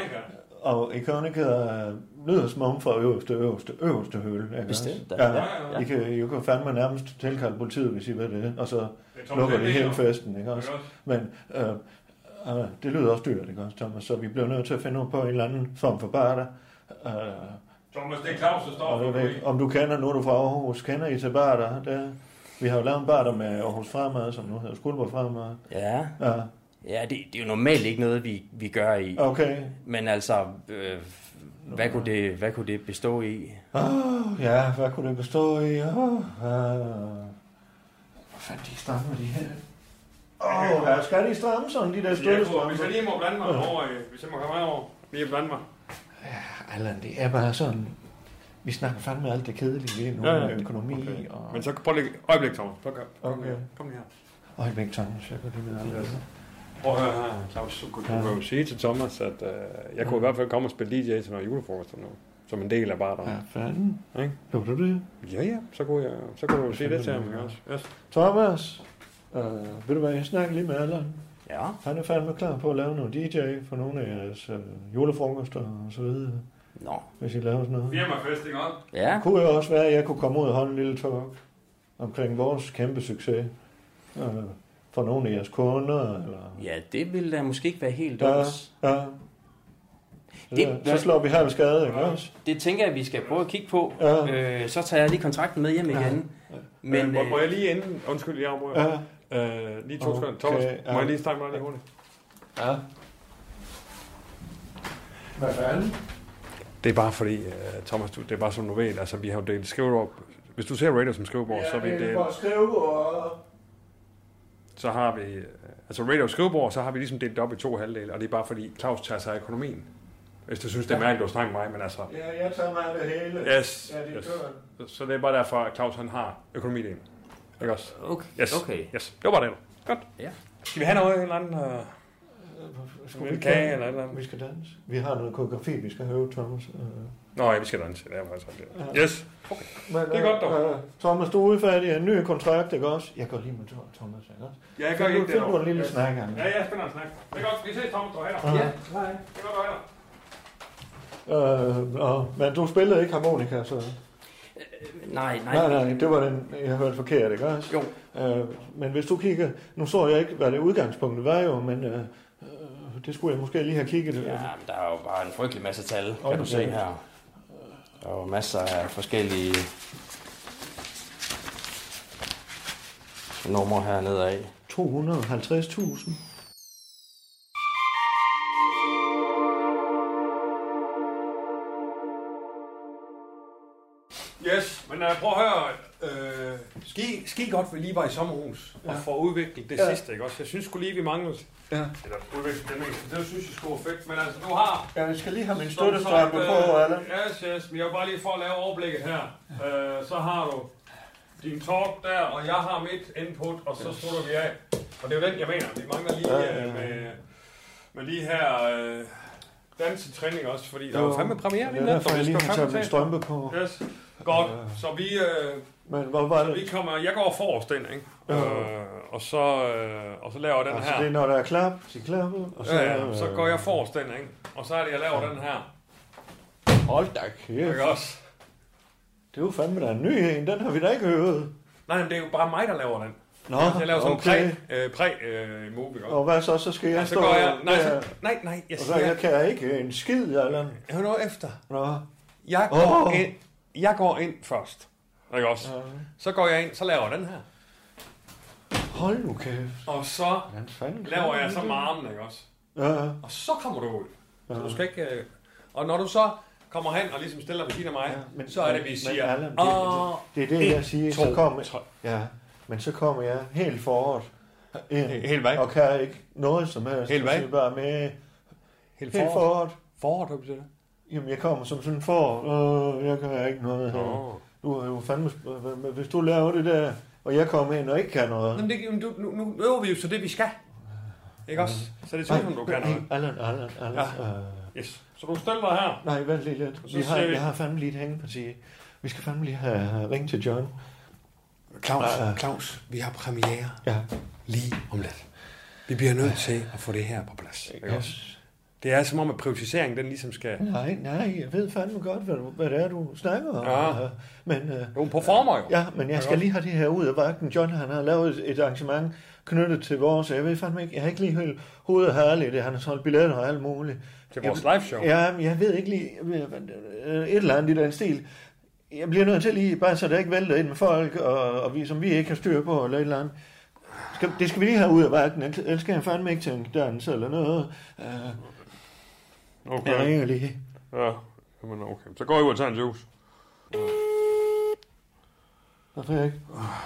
Og Iconica lyder som om fra øverste, øverste, øverste hylde. Bestemt, ja. ja. I kan, I kan fandme nærmest tilkalde politiet, hvis I ved det. Og så lukker de hele festen, ikke også? Men... Øh, Uh, det lyder også dyrt, ikke også, Thomas? Så vi bliver nødt til at finde på en eller anden form for barter. Uh, Thomas, det er Claus, der står for det. Om du kender, nu er du fra Aarhus, kender I til barter? Det, vi har jo lavet en barter med Aarhus Fremad, som nu hedder Skuldborg Fremad. Ja, ja. ja det, det er jo normalt ikke noget, vi, vi gør i. Okay. Men altså, øh, hvad, kunne det, hvad kunne det bestå i? Oh, ja, hvad kunne det bestå i? Oh, uh, hvad fanden, de stammer de her? Åh, oh, her skal de stramme sådan, de der støttestrømmer. Hvis jeg lige må blande mig over, hvis jeg må komme over, lige blande mig. Ja, Allan, det er bare sådan, vi snakker fandme alt det kedelige lige nu, ja, ja. med økonomi okay. og... Men så prøv lige, øjeblik, Thomas. Kom, kom, okay. kom lige her. Øjeblik, Thomas, jeg går lige med alle. Prøv at høre her, Claus, du kunne ja. jo sige til Thomas, at uh, jeg kunne i hvert fald komme og spille D J til noget julefrokost nu, som en del af barteren. Ja, fanden. Ikke? Gjorde du det? Ja, ja, så kunne, jeg, så kunne du jo sige det til ham, også. Yes. Thomas, uh, ved du hvad, jeg snakker lige med Allan. Ja. Han er fandme klar på at lave noget D J for nogle af jeres uh, julefrokoster og så videre. Nå. Hvis I laver sådan noget. Firmafest, ikke også? Ja. Det kunne jo også være, at jeg kunne komme ud og holde en lille talk omkring vores kæmpe succes. Uh, for nogle af jeres kunder, eller... Ja, det ville da måske ikke være helt dumt. Ja, ja. Det, så slår vi her ved skade, ikke også? Det tænker jeg, vi skal prøve at kigge på. Ja. Øh, så tager jeg lige kontrakten med hjem igen. Ja. Men, øh, må, må jeg lige inden... Undskyld, jeg afbryder. Ja. Øh, lige to sekunder. Thomas, ja. Må jeg lige starte mig lige hurtigt? Ja. Hvad fanden? Det er bare fordi, uh, Thomas, du, det er bare som du ved, altså vi har jo delt skrivebord. Hvis du ser Radio som skrivebord, ja, så er vi det... Ja, skrivebord. Så har vi, altså Radio skrivebord, så har vi ligesom delt op i to halvdele, og det er bare fordi Claus tager sig af økonomien. Hvis du synes, det er mærkeligt, at snakke med mig, men altså... Ja, jeg tager mig af det hele. Yes, ja, yes. Så det er bare derfor, at Claus han har økonomidelen. Ikke også? Okay. Yes. okay. Yes. Det var bare det. Godt. Ja. Skal vi have noget, en eller anden... Uh, skal vi kage eller eller andet? Vi skal danse. Vi har noget koreografi, vi skal høre, Thomas. Uh... Nå, ja, vi skal danse. Det er faktisk det. Ja. Yes. Okay. Men, det er godt, dog. Uh, Thomas, du er udfærdig af en ny kontrakt, ikke også? Jeg går lige med Thomas, ikke også? Ja, jeg gør ikke det. Find du en lille snak, ja, jeg spiller en snak. Det er godt. Vi ses, Thomas. Du er her. Ja, hej. Det er godt, du er her. Øh, uh, men du spillede ikke harmonika, så... Øh, nej, nej. Nej, nej, det var den, jeg hørte forkert, ikke også? Jo. Uh, men hvis du kigger... Nu så jeg ikke, hvad det udgangspunktet var jo, men uh, det skulle jeg måske lige have kigget. Ja, men der er jo bare en frygtelig masse tal, kan okay. du se her. Der er jo masser af forskellige numre hernede af. to hundrede og halvtreds tusind. Men uh, prøv at høre. Øh, ski, ski godt, vi lige var i sommerhus ja. og få udviklet det ja. sidste, ikke også? Jeg synes sgu lige, vi manglede. Ja. Eller udviklet det meste. Det synes jeg sgu er fedt. Men altså, du har... Ja, vi skal lige have min støttestrømpe på, eller? Yes, yes. Men jeg vil bare lige for at lave overblikket her. Ja. Øh, så har du din talk der, og jeg har mit input, og så slutter vi af. Og det er jo den, jeg mener. Vi mangler lige ja, ja, ja. med, med lige her... Øh, dansetræning også, fordi der er jo fandme premiere. Det er derfor, jeg lige har taget min strømpe på. Yes. Godt, så vi, øh, Men hvor var så det? vi kommer, jeg går forrest den, ikke? Ja. Øh, og, så, øh, og så laver jeg den altså, her. det er, når der er klap, så klap, og så... Ja, ja, så går jeg forrest den, ikke? Og så er det, jeg laver ja. den her. Hold da kæft. Ikke også? Det er jo fandme, der er en ny en, den har vi da ikke hørt. Nej, men det er jo bare mig, der laver den. Nå, jeg laver sådan okay. en præ, øh, præ øh, movie. Og hvad så? Så skal jeg ja, så stå... går jeg, nej, så, nej, nej, jeg og så jeg kan jeg ikke en skid, eller... Hør nu efter. Nå. Jeg går, oh. ind, jeg går ind først. Ikke også? Ja. Så går jeg ind, så laver jeg den her. Hold nu kæft. Og så laver jeg så med armen, ikke også? Ja. Og så kommer du ud. Så ja. du skal ikke... Øh... Og når du så kommer hen og ligesom stiller ved siden af mig, ja, men, så er det, vi siger... Men, Allan, det, det, det er det, jeg siger. To, så kommer, ja, men så kommer jeg helt forret. Helt hvad? Og kan ikke noget som helst. Helt hvad? Bare med... Helt forret? Forret, hvad betyder det? Jamen, jeg kommer som sådan for... Øh, jeg kan ikke noget her. Oh. Du er jo fandme... Hvis du laver det der, og jeg kommer ind og ikke kan noget... Jamen, det, du, nu, nu øver vi jo så det, vi skal. Ikke også? Så det er sådan, du kan noget. Allan, Allan, Allan. Ja. Øh. Yes. Så du stiller dig her. Nej, vent lige lidt. Vi har, vi... Jeg har fandme lige et hængeparti. Vi skal fandme lige have ringet til John. Claus, uh, Claus, vi har premiere ja. lige om lidt. Vi bliver nødt til at få det her på plads. Ikke også? Det er som om, at privatiseringen, den ligesom skal... Nej, nej, jeg ved fandme godt, hvad, hvad det er, du snakker om. Ja. Men, uh, du er en performer jo. Ja, men jeg skal lige have det her ud af vagten. John, han har lavet et, et arrangement knyttet til vores... Jeg ved fandme ikke, jeg har ikke lige helt hovedet herligt. Han har solgt billetter og alt muligt. Til vores live show? Ja, jeg ved ikke lige... Et eller andet i den stil. Jeg bliver nødt til lige, bare så det ikke vælter ind med folk, og, og vi, som vi ikke har styr på, eller et eller andet. Skal, det skal vi lige have ud af vagten, ellers skal jeg fandme ikke tænke dans eller noget. Uh, okay. Jeg ringer lige. Ja, men okay. Så går jeg ud og tager en juice. Hvorfor ikke?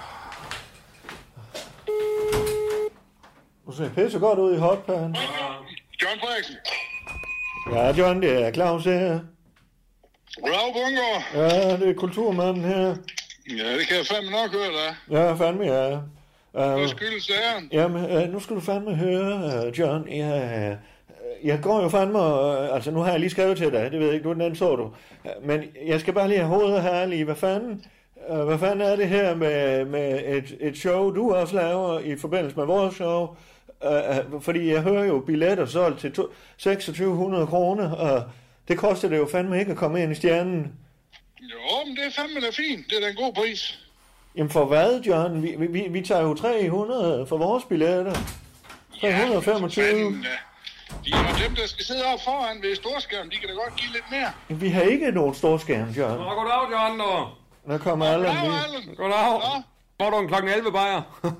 Du ser pisse godt ud i hotpan. John Frederiksen. Ja, John, det er Claus her. Goddag, Bunker. Ja, det er kulturmanden her. Ja, det kan jeg fandme nok høre dig. Ja, fandme, ja. Uh, Hvad skyldes det her? Jamen, uh, nu skal du fandme høre, uh, John. Jeg, uh, jeg går jo fandme, uh, altså nu har jeg lige skrevet til dig, det ved jeg ikke, du den så du. Uh, men jeg skal bare lige have hovedet her lige. Hvad fanden, uh, hvad fanden er det her med, med et, et show, du også laver i forbindelse med vores show? Uh, uh, fordi jeg hører jo billetter solgt til seksogtyve hundrede kroner, og det koster det jo fandme ikke at komme ind i stjernen. Jo, men det er fandme da fint. Det er da en god pris. Jamen for hvad, John? Vi, vi, vi tager jo tre hundrede for vores billetter. tre hundrede og femogtyve. Ja, fanden, de er jo dem, der skal sidde op foran ved storskærmen. De kan da godt give lidt mere. Jamen, vi har ikke nogen storskærm, John. Nå, goddag, John, nu. Nå kommer alle lige. Goddag, goddag. Nå? Får du en klokken elleve bajer?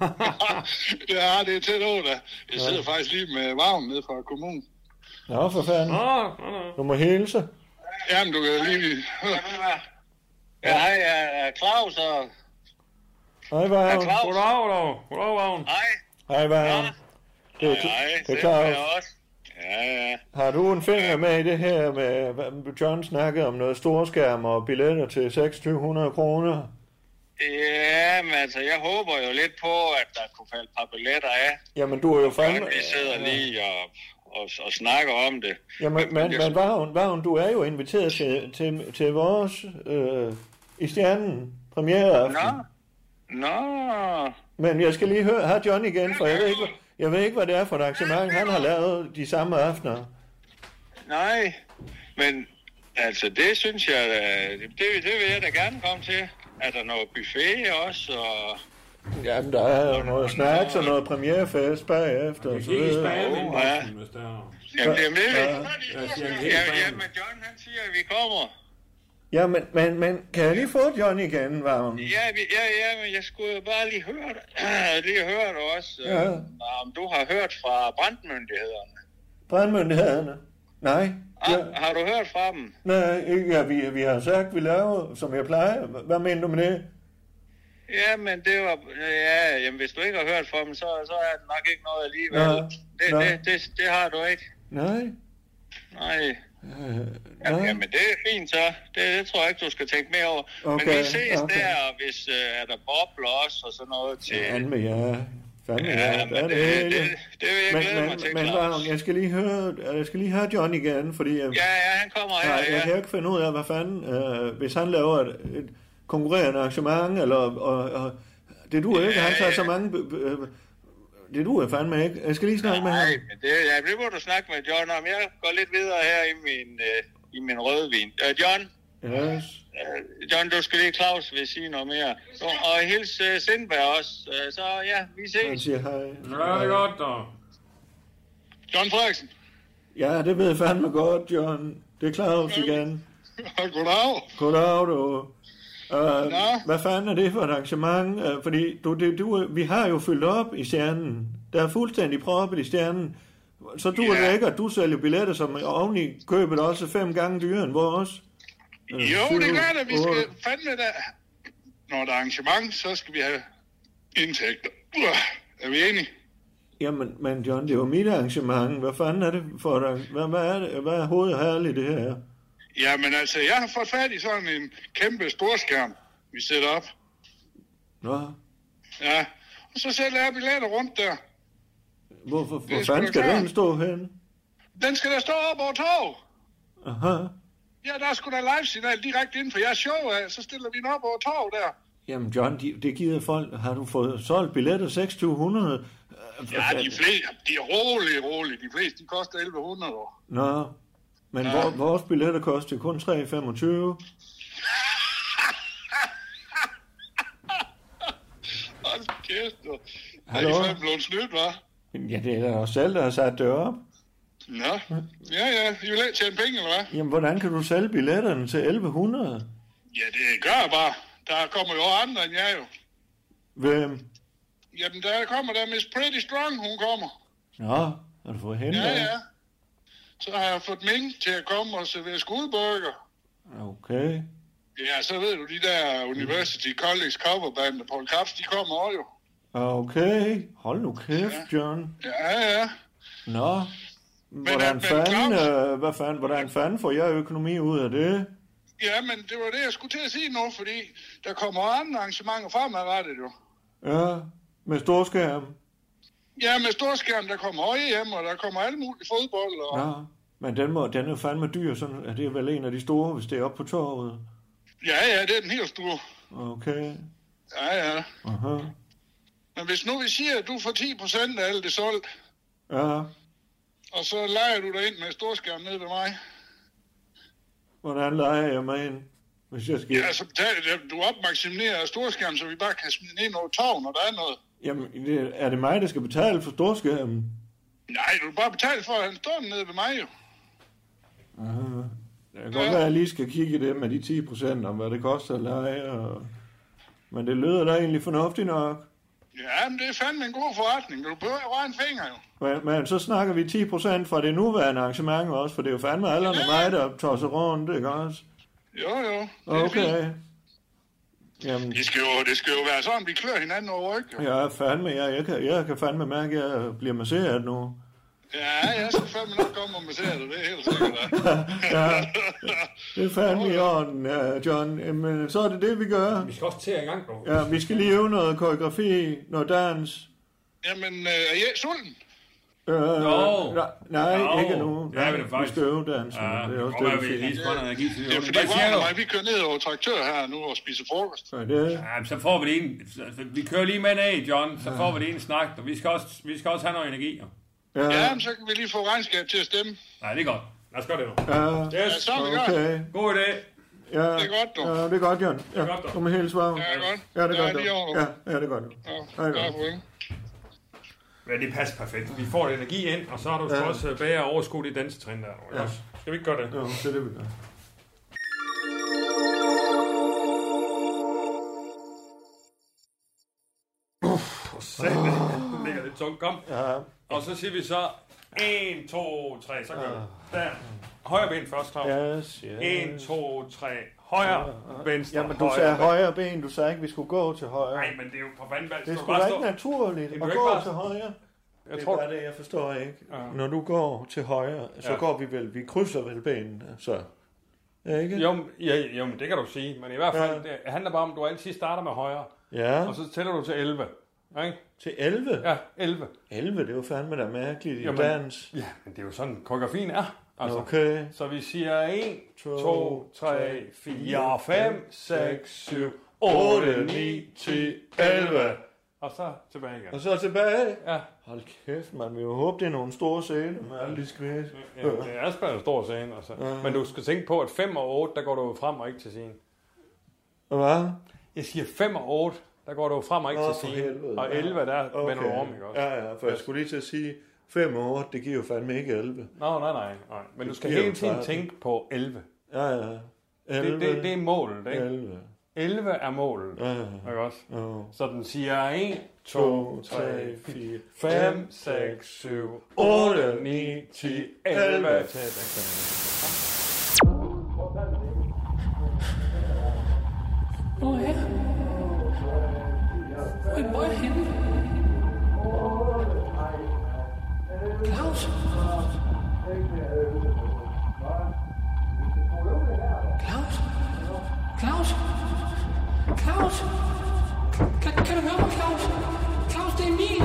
Ja, det er tæt over da. Jeg sidder ja. faktisk lige med varmen nede fra kommunen. Nå, for fanden. Nå, nå, nå. Du må hilse. Jamen, du kan lige... Ja, hej, jeg er Claus og... Hej, Vagn. Goddag, goddag. Goddag, Vagn. Hej. Hej, Vagn. Det er, hej, det er Claus. Ja, ja. Har du en finger med i det her med... John snakkede om noget storskærm og billetter til seksogtyve hundrede kroner? Ja, men altså, jeg håber jo lidt på, at der kunne falde et par billetter af. Jamen, du er jo fandme... Vi sidder lige og... Og, og snakker om det. Jamen, men, men, men Vagn, Vagn, du er jo inviteret til, til, til vores øh, i stjernen premiereaften. Nå. Nå. Men jeg skal lige høre, har John igen, for jeg ved, ikke, jeg ved ikke, hvad det er for et arrangement, han har lavet de samme aftener. Nej, men altså, det synes jeg, det, det vil jeg da gerne komme til. Er der noget buffet også, og... Jamen, der er jo noget snacks og noget premierefest bagefter. Det er ikke spage med en ja. Hvis der er... Jamen, det er med. Ja, ja, men John, han siger, at vi kommer. Ja, men, men, men kan jeg lige få John igen, Vagn? Ja, ja, ja, men jeg skulle jo bare lige høre det. lige høre det også. Ja. Om du har hørt fra brandmyndighederne. Brandmyndighederne? Nej. Ja. Ah, har du hørt fra dem? Nej, ikke. Ja, vi, vi har sagt, vi laver, som jeg plejer. Hvad mener du med det? Ja, men det var... Ja, jamen, hvis du ikke har hørt fra dem, så, så er det nok ikke noget alligevel. Ja. Det, Ja. det, det, det har du ikke. Nej. Nej. Øh, Jamen, nej. jamen, det er fint så. Det, det tror jeg ikke, du skal tænke mere over. Okay, Men vi ses okay. der, hvis uh, er der bobler også og sådan noget til... Fandme, ja. Fandme, Ja, ja. men Der er det, hele. det, det vil jeg Men, glæde mig men, til, men Claus. Varnum, jeg skal lige høre, jeg skal lige høre John igen, fordi jeg, Ja, ja, han kommer her, jeg, jeg ja. kan ikke finde ud af, hvad fanden, øh, hvis han laver et, et konkurrerende arrangement, eller, og, og, det du ikke, han tager så mange, øh, det du er fandme ikke. Jeg skal lige snakke med ham. Nej, men det, ja, det må du snakke med John om. Jeg går lidt videre her i min, øh, i min rødvin. Uh, John? Yes. Uh, John, du skal lige, Claus vil sige noget mere. Så, og hils uh, Sindberg også. Uh, så ja, vi Han ses. siger hej. Ja, det er godt, dog. John Frederiksen. Ja, det ved jeg fandme godt, John. Det er Claus igen. Goddag. Goddag, du. Uh, hvad fanden er det for et arrangement? Uh, fordi du, det, du, vi har jo fyldt op i stjernen. Der er fuldstændig proppet i stjernen. Så du er Ja. det ikke, at du sælger billetter, som oven i købet også fem gange dyrere end vores? Uh, Jo, syv, det gør det. Vi skal otte. fandme da... Når der er arrangement, så skal vi have indtægter. Uh, er vi enige? Jamen, men John, det er jo mit arrangement. Hvad fanden er det for dig? Hvad, hvad er det? Hvad er hovedet herligt det her? Jamen altså, jeg har fået fat i sådan en kæmpe storskærm, vi sætter op. Nå, Ja, og så sælger jeg billetter rundt der. hvorfor Det er hvor sgu fanden da skal klart. den stå hen? Den skal der stå op over tog. Aha. Ja, der er sgu da live-signal direkte inden for jeres show af. Så stiller vi den op over tog der. Jamen John, de, det gider folk. Har du fået solgt billetter seks tusind to hundrede? Ja, de fleste, de er rolige, rolige. De fleste, de koster elleve hundrede år. Nå, men ja. Vores billetter koster kun tre komma femogtyve. Hold kæft, du. Er Hallo? de fandme blevet snydt, hva'? Ja, det er os selv, der har sat det op. Nå, ja, ja. I vil ikke tjene penge, eller hvad? Jamen, hvordan kan du sælge billetterne til elleve hundrede? Ja, det gør jeg bare. Der kommer jo andre end jeg jo. Hvem? Jamen, der kommer der Miss Pretty Strong, hun kommer. Nå, har du fået hende? Ja, ja. Så har jeg fået Ming til at komme og servere skudburger. Okay. Ja, så ved du, de der University College coverband og Paul Krabs, de kommer også jo. Okay. Hold nu kæft, John. Ja, ja. Nå. Hvordan men fanden, Claus- øh, hvad fanden, hvordan fanden får jeg økonomi ud af det? Ja, men det var det, jeg skulle til at sige nu, fordi der kommer andre arrangementer fremadrettet jo. Ja, med storskærm. Ja, med storskærm, der kommer også hjem, og der kommer alle mulige fodbold. Og... Ja, men den, må, den er jo fandme dyr, sådan, er det vel en af de store, hvis det er oppe på torvet? Ja, ja, det er den helt store. Okay. Ja, ja. Aha. Men hvis nu vi siger, at du får ti procent af alt det solgt, Ja, og så leger du dig ind med storskærm nede ved mig. hvordan leger jeg mig ind, hvis jeg skal... Ja, så betaler du opmaksimerer storskærm, så vi bare kan smide den ind over tog, når der er noget. Jamen, det, er det mig, der skal betale for storskærmen? Nej, du vil bare betale for, at han står nede ved mig jo. Aha. Det kan godt være, at jeg lige skal kigge i det med de ti procent, om hvad det koster at lege. Og... Men det lyder da egentlig fornuftigt nok. Ja, men det er fandme en god forretning. Du behøver jo røre en finger jo. Men, men så snakker vi ti procent fra det nuværende arrangement også, for det er jo fandme alderne ja. mig, der tosser rundt, ikke også? Jo, jo. Det er Okay. fint. Jamen, Det skal, jo, det skal jo være sådan, vi klør hinanden over ryggen. jeg er fandme, jeg, jeg, kan, jeg kan fandme mærke, at jeg bliver masseret nu. Ja, jeg skal fandme nok komme og massere dig, det er helt sikkert. Ja, det er fandme i orden, ja, John. Men så er det det, vi gør. Vi skal også til i gang, dog. Ja, vi skal lige øve noget koreografi, noget dans. Jamen, øh, er I sulten? Øh, Jo. nej, nej Jo. ikke nu. Ja, men det er vi faktisk- skal øve dansen. Ja, det er også det det, vi vi lige siger. spænder energi til. Det er fordi, Hvad siger Vagn og du? mig, vi kører ned over traktør her nu og spiser frokost. Så er det. Ja, men så får vi det en... Vi kører lige med en af, John. Så får vi det en snak, og vi skal også, vi skal også have noget energi. Jo. Ja, Ja, men så kan vi lige få regnskab til at stemme. Nej, det er godt. Lad os gøre det nu. ja, Yes. Ja, så er vi godt. okay. God idé. Ja, Det er godt, dog. Ja, det er godt, John. Ja, er godt, dog. du må helt svare. Ja, det er godt. Ja, det er Ja, godt. lige over. Ja, ja, det er godt. Ja, Ja, det er ja, godt. farvel. Men det passer perfekt. Vi får energi ind, og så har du Ja. ja. også bedre overskud i dansetrin der. Ja. Ja. Skal vi ikke gøre det? Jo, det er det, vi gør. satan, det ligger lidt tungt. Kom. Ja. Og så siger vi så en, to, tre. Så gør vi. Der. Højre ben først, Claus. Yes, yes. en, to, tre. Højre, venstre, Jamen, du højre, sagde venstre. højre ben. Du sagde ikke, vi skulle gå til højre. Nej, men det er jo for fanden valgt. Det skulle da ikke naturligt at gå bare... til højre. Jeg det tror... er det, jeg forstår ikke. Ja. Når du går til højre, så ja. går vi vel, vi krydser vel benene, så... Ja, ikke? Jo, ja, jo, men det kan du sige. Men i hvert fald, ja. Det handler bare om, at du altid starter med højre. Ja. Og så tæller du til elleve. Ikke? Til elleve? Ja, elleve. elleve, det er jo fandme da mærkeligt i Jamen, dans. Ja, men det er jo sådan, koreografien er. Altså. Okay. Så vi siger en, to, tre, fire, fem, seks, syv, otte, ni, ti, elleve. Og så tilbage igen. Og så tilbage? Ja. Hold kæft, man. Vi jo håbe, det er nogle store scener med alle de skridt. Ja, det er sgu en stor scene. Altså. Ja. Men du skal tænke på, at fem og otte, der går du frem og ikke til scene. Hvad? Jeg siger fem og otte, der går du frem og ikke Nå, til scene. helvede. Og elleve, der okay. vender du om, ikke også? Ja, ja, for jeg skulle lige til at sige, fem og otte, det giver jo fandme ikke elleve. Nå, nej, nej, nej. Men du skal det hele tiden tænke på elleve. Ja, ja. elleve. Det, det, det er målet, ikke? elleve. elleve er målet, ja, ja. Ikke også? Ja. Så den siger en, to, tre, fire, fem, seks, syv, otte, ni, ti, elleve. Hvor er det? Hvor er det henne? Claus? Claus? Claus? Claus? Kan, kan du høre mig, Claus? Claus, det er Emil!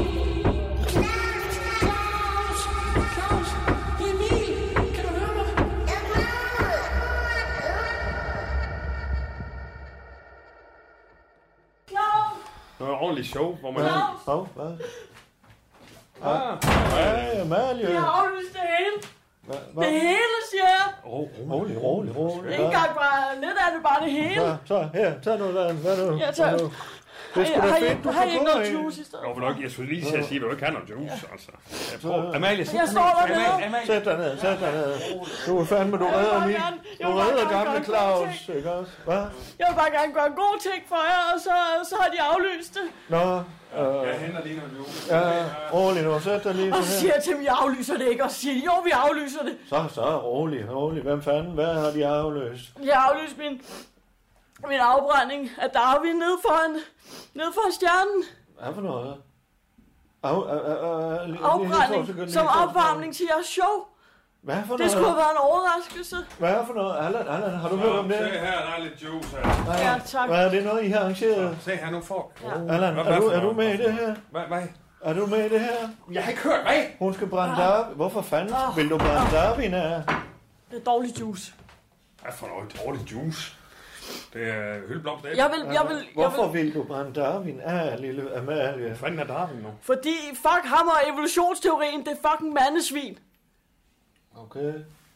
Claus! Claus! Det er Emil! Kan du høre mig? Claus! Det var et ordentligt show, hvor man... Claus! Hov, hvad? Ah, ja, Amalie. Jeg har aflyst det hele. Hva, hva? Det hele, siger jeg. Rolig, rolig, rolig. Ikke engang bare lidt af det, bare det hele. Så, så her, tag noget vand. Hvad nu? Ja, tak. Det er sgu da fedt, du har kan I ikke gå noget ind. juice i stedet? Jo, nok, jeg skulle lige til at sige, at du ikke har noget juice, altså. Jeg prøver, Amalie, sæt Jeg dig står ned. dernede. Amalie, Sæt dig ned, sæt dig ned. Du er fandme, du redder lige. Du redder gamle Claus, ikke også? Hvad? Jeg vil bare gerne gøre en god ting for jer, og så, så har de aflyst det. Nå, jeg henter lige noget juice. Ja, rolig nu, sæt dig lige Og så så her. siger jeg til dem, jeg aflyser det ikke, og så siger de, jo, vi aflyser det. Så, så, rolig, rolig. Hvem fanden, hvad har de afløst? Jeg har aflyst min, min afbrænding af Darwin nede foran, nede foran stjernen. Hvad for noget? Af, af, af, af, lige- Afbrænding lige- lige- som lige- opvarmning til jeres show. Hvad for noget? Det skulle have været en overraskelse. Hvad for noget? Allan, Allan, har du hørt om det? Se her, der er lidt juice her. Ja, tak. Hvad er det noget, I har arrangeret? Se her, nu får... Ja. Allan, Hvad- er hvad du, for er du noget? med i det her? Hvad, hvad? Er du med i det her? Jeg har ikke hørt, hvad? Hun skal brænde Darwin. Hvorfor fanden vil du brænde Darwin af? Det er dårlig juice. Hvad for noget dårligt juice? Det er hyldeblomst. Jeg vil, jeg vil, jeg Hvorfor vil, vil du brænde Darwin af, lille Amalie? Hvad fanden er Darwin nu? fordi fuck ham og evolutionsteorien, det er fucking mandesvin. Okay.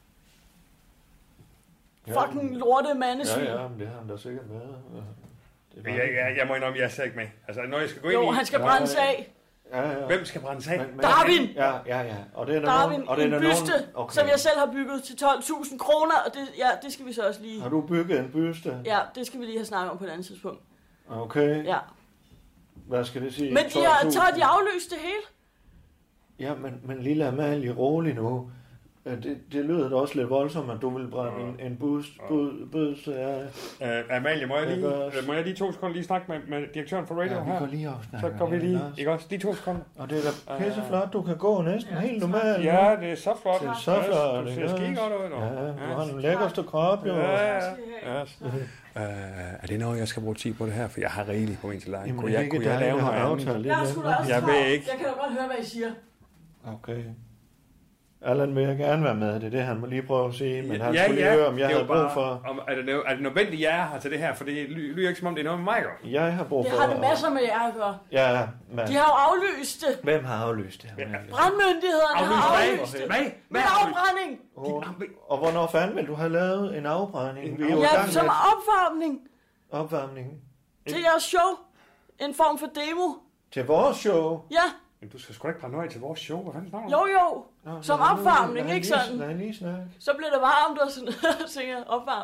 Fucking lorte mandesvin. Ja, ja, men det har han da sikkert været. Det Jeg, jeg, jeg må indrømme, jeg er ikke med. Altså, når jeg skal gå ind Jo, i... han skal brændes af. Ja, ja. Hvem skal brændes af? Men- men- Darwin! Ja, ja, ja. Og det er der Darwin, nogen, og det er en der byste, nogen, okay. som jeg selv har bygget til tolv tusind kroner, og det, ja, det skal vi så også lige... Har du bygget en byste? Ja, det skal vi lige have snakket om på et andet tidspunkt. Okay. Ja. Hvad skal det sige? Men de har, så har de aflyst det hele. Ja, men, men lille Amalie, rolig nu. Øh, Det, det lyder da også lidt voldsomt, at du vil brænde en, en boost, bød, bødste af... Uh, Amalie, må jeg, Jeg lige, gør også. uh, må jeg lige to sekunder lige snakke med, med direktøren for radio Ja, vi her? går lige og snakker Så går vi med lige, Lars. ikke også? Lige to sekunder. Og det er da pisse flot, du kan gå næsten helt normalt. Ja, det er så flot. Det er så flot. Du ikke ser skide også? godt ud nu. Ja, du har den lækkerste krop, jo. Ja, ja. Yes. Uh, er det noget, jeg skal bruge tid på det her? For jeg har rigeligt på min tallerken. Jamen, Kunne det er jeg, ikke kunne jeg dig, lave der noget har andet? aftalt det. Jeg er sgu da også Jeg ved travlt. ikke. Jeg kan da godt høre, hvad I siger. Okay. Allan vil jeg gerne være med, det er det, han må lige prøve at sige, men han Ja, skulle lige ja. høre, om jeg Det er havde jo brug bare- for... Om, er, det, nø- er det nødvendigt, jeg er her til det her? For det ly- lyder ikke, som om det er noget med mig, gør. Jeg har brug Det for... har det masser med jer at gøre. Ja, men... De har jo aflyst det. Hvem har aflyst det her? Brandmyndighederne har Aflyst aflyst det. hvad? Hvad? Med Hvad? afbrænding. Og, og hvornår fanden vil du have lavet en afbrænding? Vi er jo i Ja, gang som med opvarmning opvarmning til jeres show. En form for demo. til vores show. Ja, Men du skal sgu da ikke brænde noget af til vores show. Hvad fanden snakker du jo om? jo. Nå, Som lad nu- opvarmning, lad ikke lige- sådan? Lad lige snakke. Så bliver det varmt og sådan noget. Så tænker jeg, opvarmning.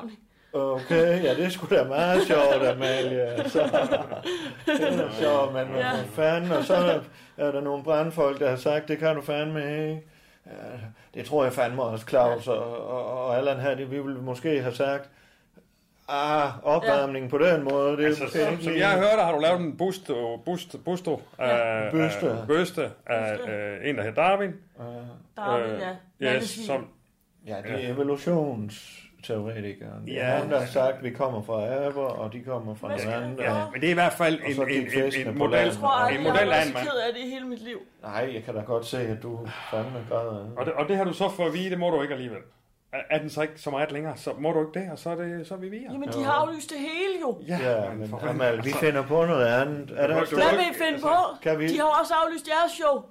Okay, ja, det er sgu da meget sjovt, Amalie. Så, det er sjovt, men ja. For fanden, og så er, er der nogle brandfolk, der har sagt, det kan du fandme ikke. Ja, det tror jeg fandme også, Claus og, og, og Allan her, det vi ville måske have sagt, ah, opvarmning ja. På den måde. Det er altså, måske som, ikke som lige... jeg hørte, har du lavet en busto, bust, busto ja. af, bøste. af, bøste af øh, en, der hedder Darwin. Uh, Darwin, øh, ja. Yes, som, ja, det er evolutionsteoretikeren. Ja. Han har sagt, at vi kommer fra aber, og de kommer fra noget andet. Ja, men det er i hvert fald en, en, en, en model, jeg tror, en model af en mand. Jeg har været af det i hele mit liv. Nej, jeg kan da godt se, at du fandme græder. Og det, og det har du så fået at vide, det må du ikke alligevel. Er, er den så ikke så meget længere, så må du ikke det, og så er, det, så er vi videre. Jamen, de har aflyst det hele jo. Ja, ja men Amal, vi finder på noget andet. Er der Hvad vil I finde på? Kan vi... De har også aflyst jeres show.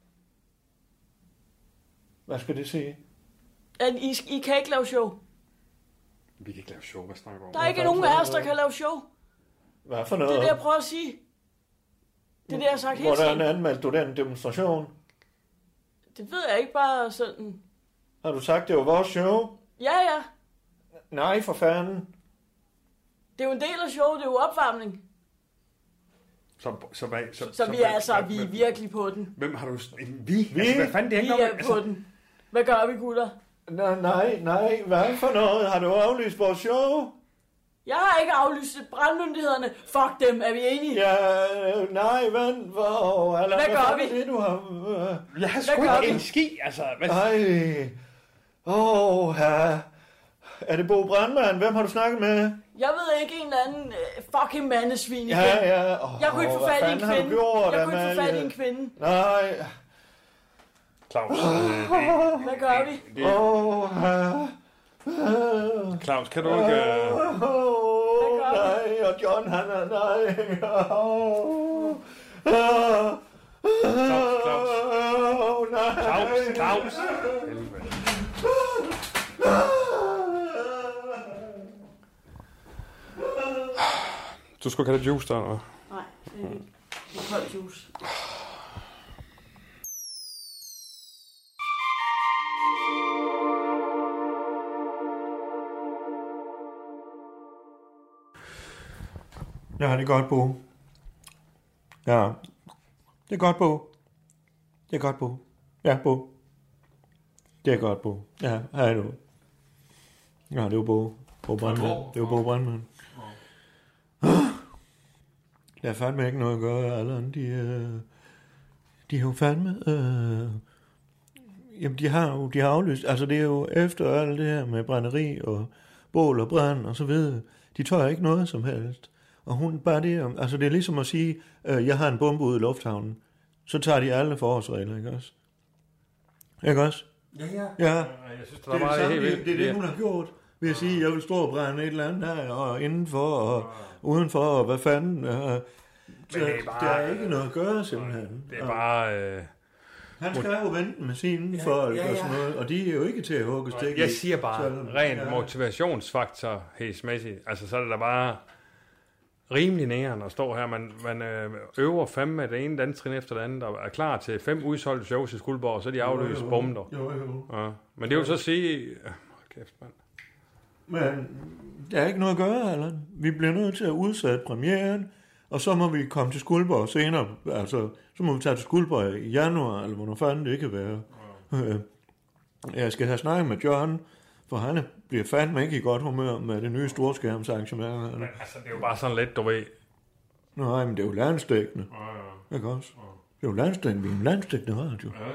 Hvad skal det sige? At I, I kan ikke lave show. Vi kan ikke lave show, hvad snakker du om? Der er ikke nogen af os, der kan lave show. Hvad for noget? Det er det, jeg prøver at sige. Det er det, jeg har sagt hele tiden. Hvordan anmeldte du den demonstration? Det ved jeg ikke, bare sådan... Har du sagt, det var vores show? Ja, ja. Nej, for fanden. Det er jo en del af showet, det er jo opvarmning. Så, så, så, så, så, så vi er altså, vi er virkelig på den. Hvem har du... Vi? Vi? Altså, hvad fanden, det er vi ikke er noget, på altså... den. Hvad gør vi, gutter? Nej, nej, nej. Hvad for noget? Har du aflyst vores show? Jeg har ikke aflyst brandmyndighederne. Fuck dem, er vi enige? Ja, nej, hvad? Hvor? Eller, hvad, hvad gør vi? Det, du har... Jeg har sgu ikke en ski, altså. Hvad... Nej. Åh, oh, ja. Er det Bo Brandmann? Hvem har du snakket med? Jeg ved ikke, en eller anden uh, fucking mandesvin igen. Ja, ja. Oh, jeg kunne ikke få fat i en kvinde. Gjort, jeg kunne ikke få fat i en kvinde. Nej. Claus. Øh, hvad gør vi? Åh, oh, ja. Claus, kan du ikke... Uh... Oh, nej, og John, han er... Nej. Oh. Claus, Claus. Oh, nej. Claus, Claus. Du skulle have juice der, eller? Nej, det er ikke. Det er kold juice. Ja, det er godt, Bo. Ja, det er godt, Bo. Det er godt, Bo. Ja, Bo. Det er godt, Bo. Ja, hej du. Ja, det er jo Bo. Bo Brandmann. Det er jo Bo Brandmann. Der er fandme ikke noget at gøre, Allan. De, øh, de har jo fandme... Øh, jamen, de har jo de har aflyst... Altså, det er jo efter alt det her med brænderi og bål og brand og så videre. De tør ikke noget som helst. Og hun bare det... Altså, det er ligesom at sige, øh, jeg har en bombe ude i lufthavnen. Så tager de alle forholdsregler, ikke også? Ikke også? Ja, ja. Ja. Jeg synes, det, det, er det, det, helt vildt. det er det, hun har gjort. Vil jeg sige, jeg vil stå og brænde et eller andet her, og indenfor, og udenfor, og hvad fanden. Og, Men det er bare... Der er ikke noget at gøre, simpelthen. Det er bare... Øh... Han skal jo vente med sine ja, folk ja, ja. Og sådan noget, og de er jo ikke til at hugge stik. Jeg siger bare, så, rent ja. motivationsfaktor, hæsmæssigt. Altså, så er det da bare rimelig næren at stå her. Man, man øh, øver fem med det ene danstrin efter det andet, og er klar til fem udsolgte shows i Skuldborg, og så er de afløst bomber. Jo, jo. Ja. Men det vil så sige... Øh, kæft, mand. Men der er ikke noget at gøre, Allan. Vi bliver nødt til at udsætte premieren, og så må vi komme til Skuldborg senere. Altså, så må vi tage til Skuldborg i januar, eller hvornår fanden det kan være. Ja. Jeg skal have snakket med John, for han bliver fandme ikke i godt humør med det nye storskærmsarrangement. Men altså, det er jo bare sådan lidt, du ved. Nej, men det er jo landsdækkende. Ja, ja. Ikke også? Ja. Det er jo landsdækkende. Vi er en landsdækkende radio. Ja, ja.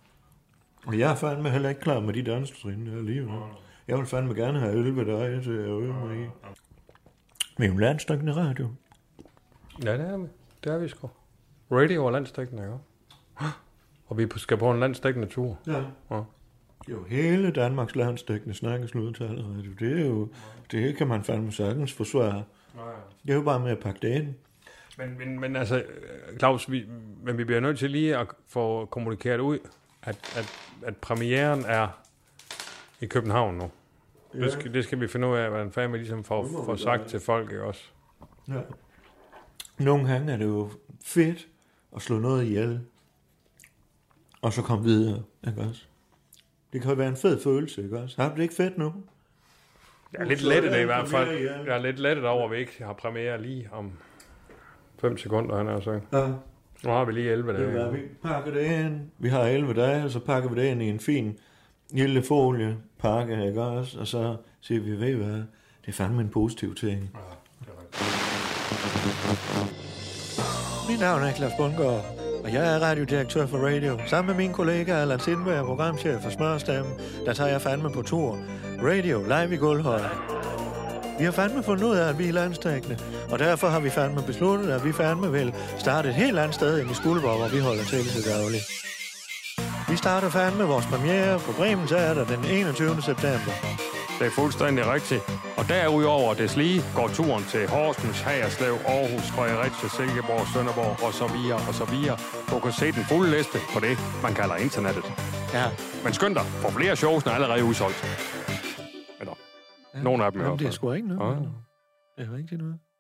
Og jeg er fandme heller ikke klar med de danstrin der alligevel. Ja, ja. Jeg vil fandme gerne have elleve dage til at øve mig i. Vi er jo landstækkende radio. Ja, det er vi. Det er vi sgu. Radio og landstækkende, ja. Og vi skal på en landstækkende tur. Ja. Ja. Det er jo hele Danmarks landstækkende snakkesludtaleradio. Det er jo, det kan man fandme sagtens forsvare. Ja, ja. Det er jo bare med at pakke det ind. Men, men, men altså, Claus, vi, men vi bliver nødt til lige at få kommunikeret ud, at, at, at premieren er i København nu. Ja. Det, skal, det skal vi finde ud af, hvordan fanden vi ligesom får, får sagt til folk, ikke også? Ja. Nogle gange er det jo fedt at slå noget ihjel, og så komme videre, ikke også? Det kan jo være en fed følelse, ikke også? Har du det ikke fedt nu? Jeg er lidt lettet i hvert fald. Jeg er lidt lettet over, at vi ikke har premiere lige om fem sekunder, han har sagt. Ja. Nu har vi lige elleve dage. Ja, vi pakker det ind. Vi har elleve dage, og så pakker vi det ind i en fin lille folie pakke, ikke også? Og så siger vi, ved I hvad? Det er fandme en positiv ting. Ja, det er rigtigt. Mit navn er Claus Bundgaard, og jeg er radiodirektør for Radio. Sammen med min kollega Allan Sindberg, programchef for Smørstemme, der tager jeg fandme på tur. Radio, live i Guldhøj. Vi har fandme fundet ud af, at vi er landstækkende, og derfor har vi fandme besluttet, at vi fandme vil starte et helt andet sted end i Skuldborg, hvor vi holder til til daglig. Vi starter fandme vores premiere på Bremen Teater den enogtyvende september. Det er fuldstændig rigtigt. Og derudover det lige går turen til Horsens, Hagerslev, Aarhus, Fredericia, Silkeborg, Sønderborg og så videre og så videre. Du kan se den fulde liste på det, man kalder internettet. Ja. Men skynd dig, for flere shows er allerede udsolgt. Eller, ja. Nogle af dem er Jamen, det er sgu ikke noget. Ja. Det er rigtig noget.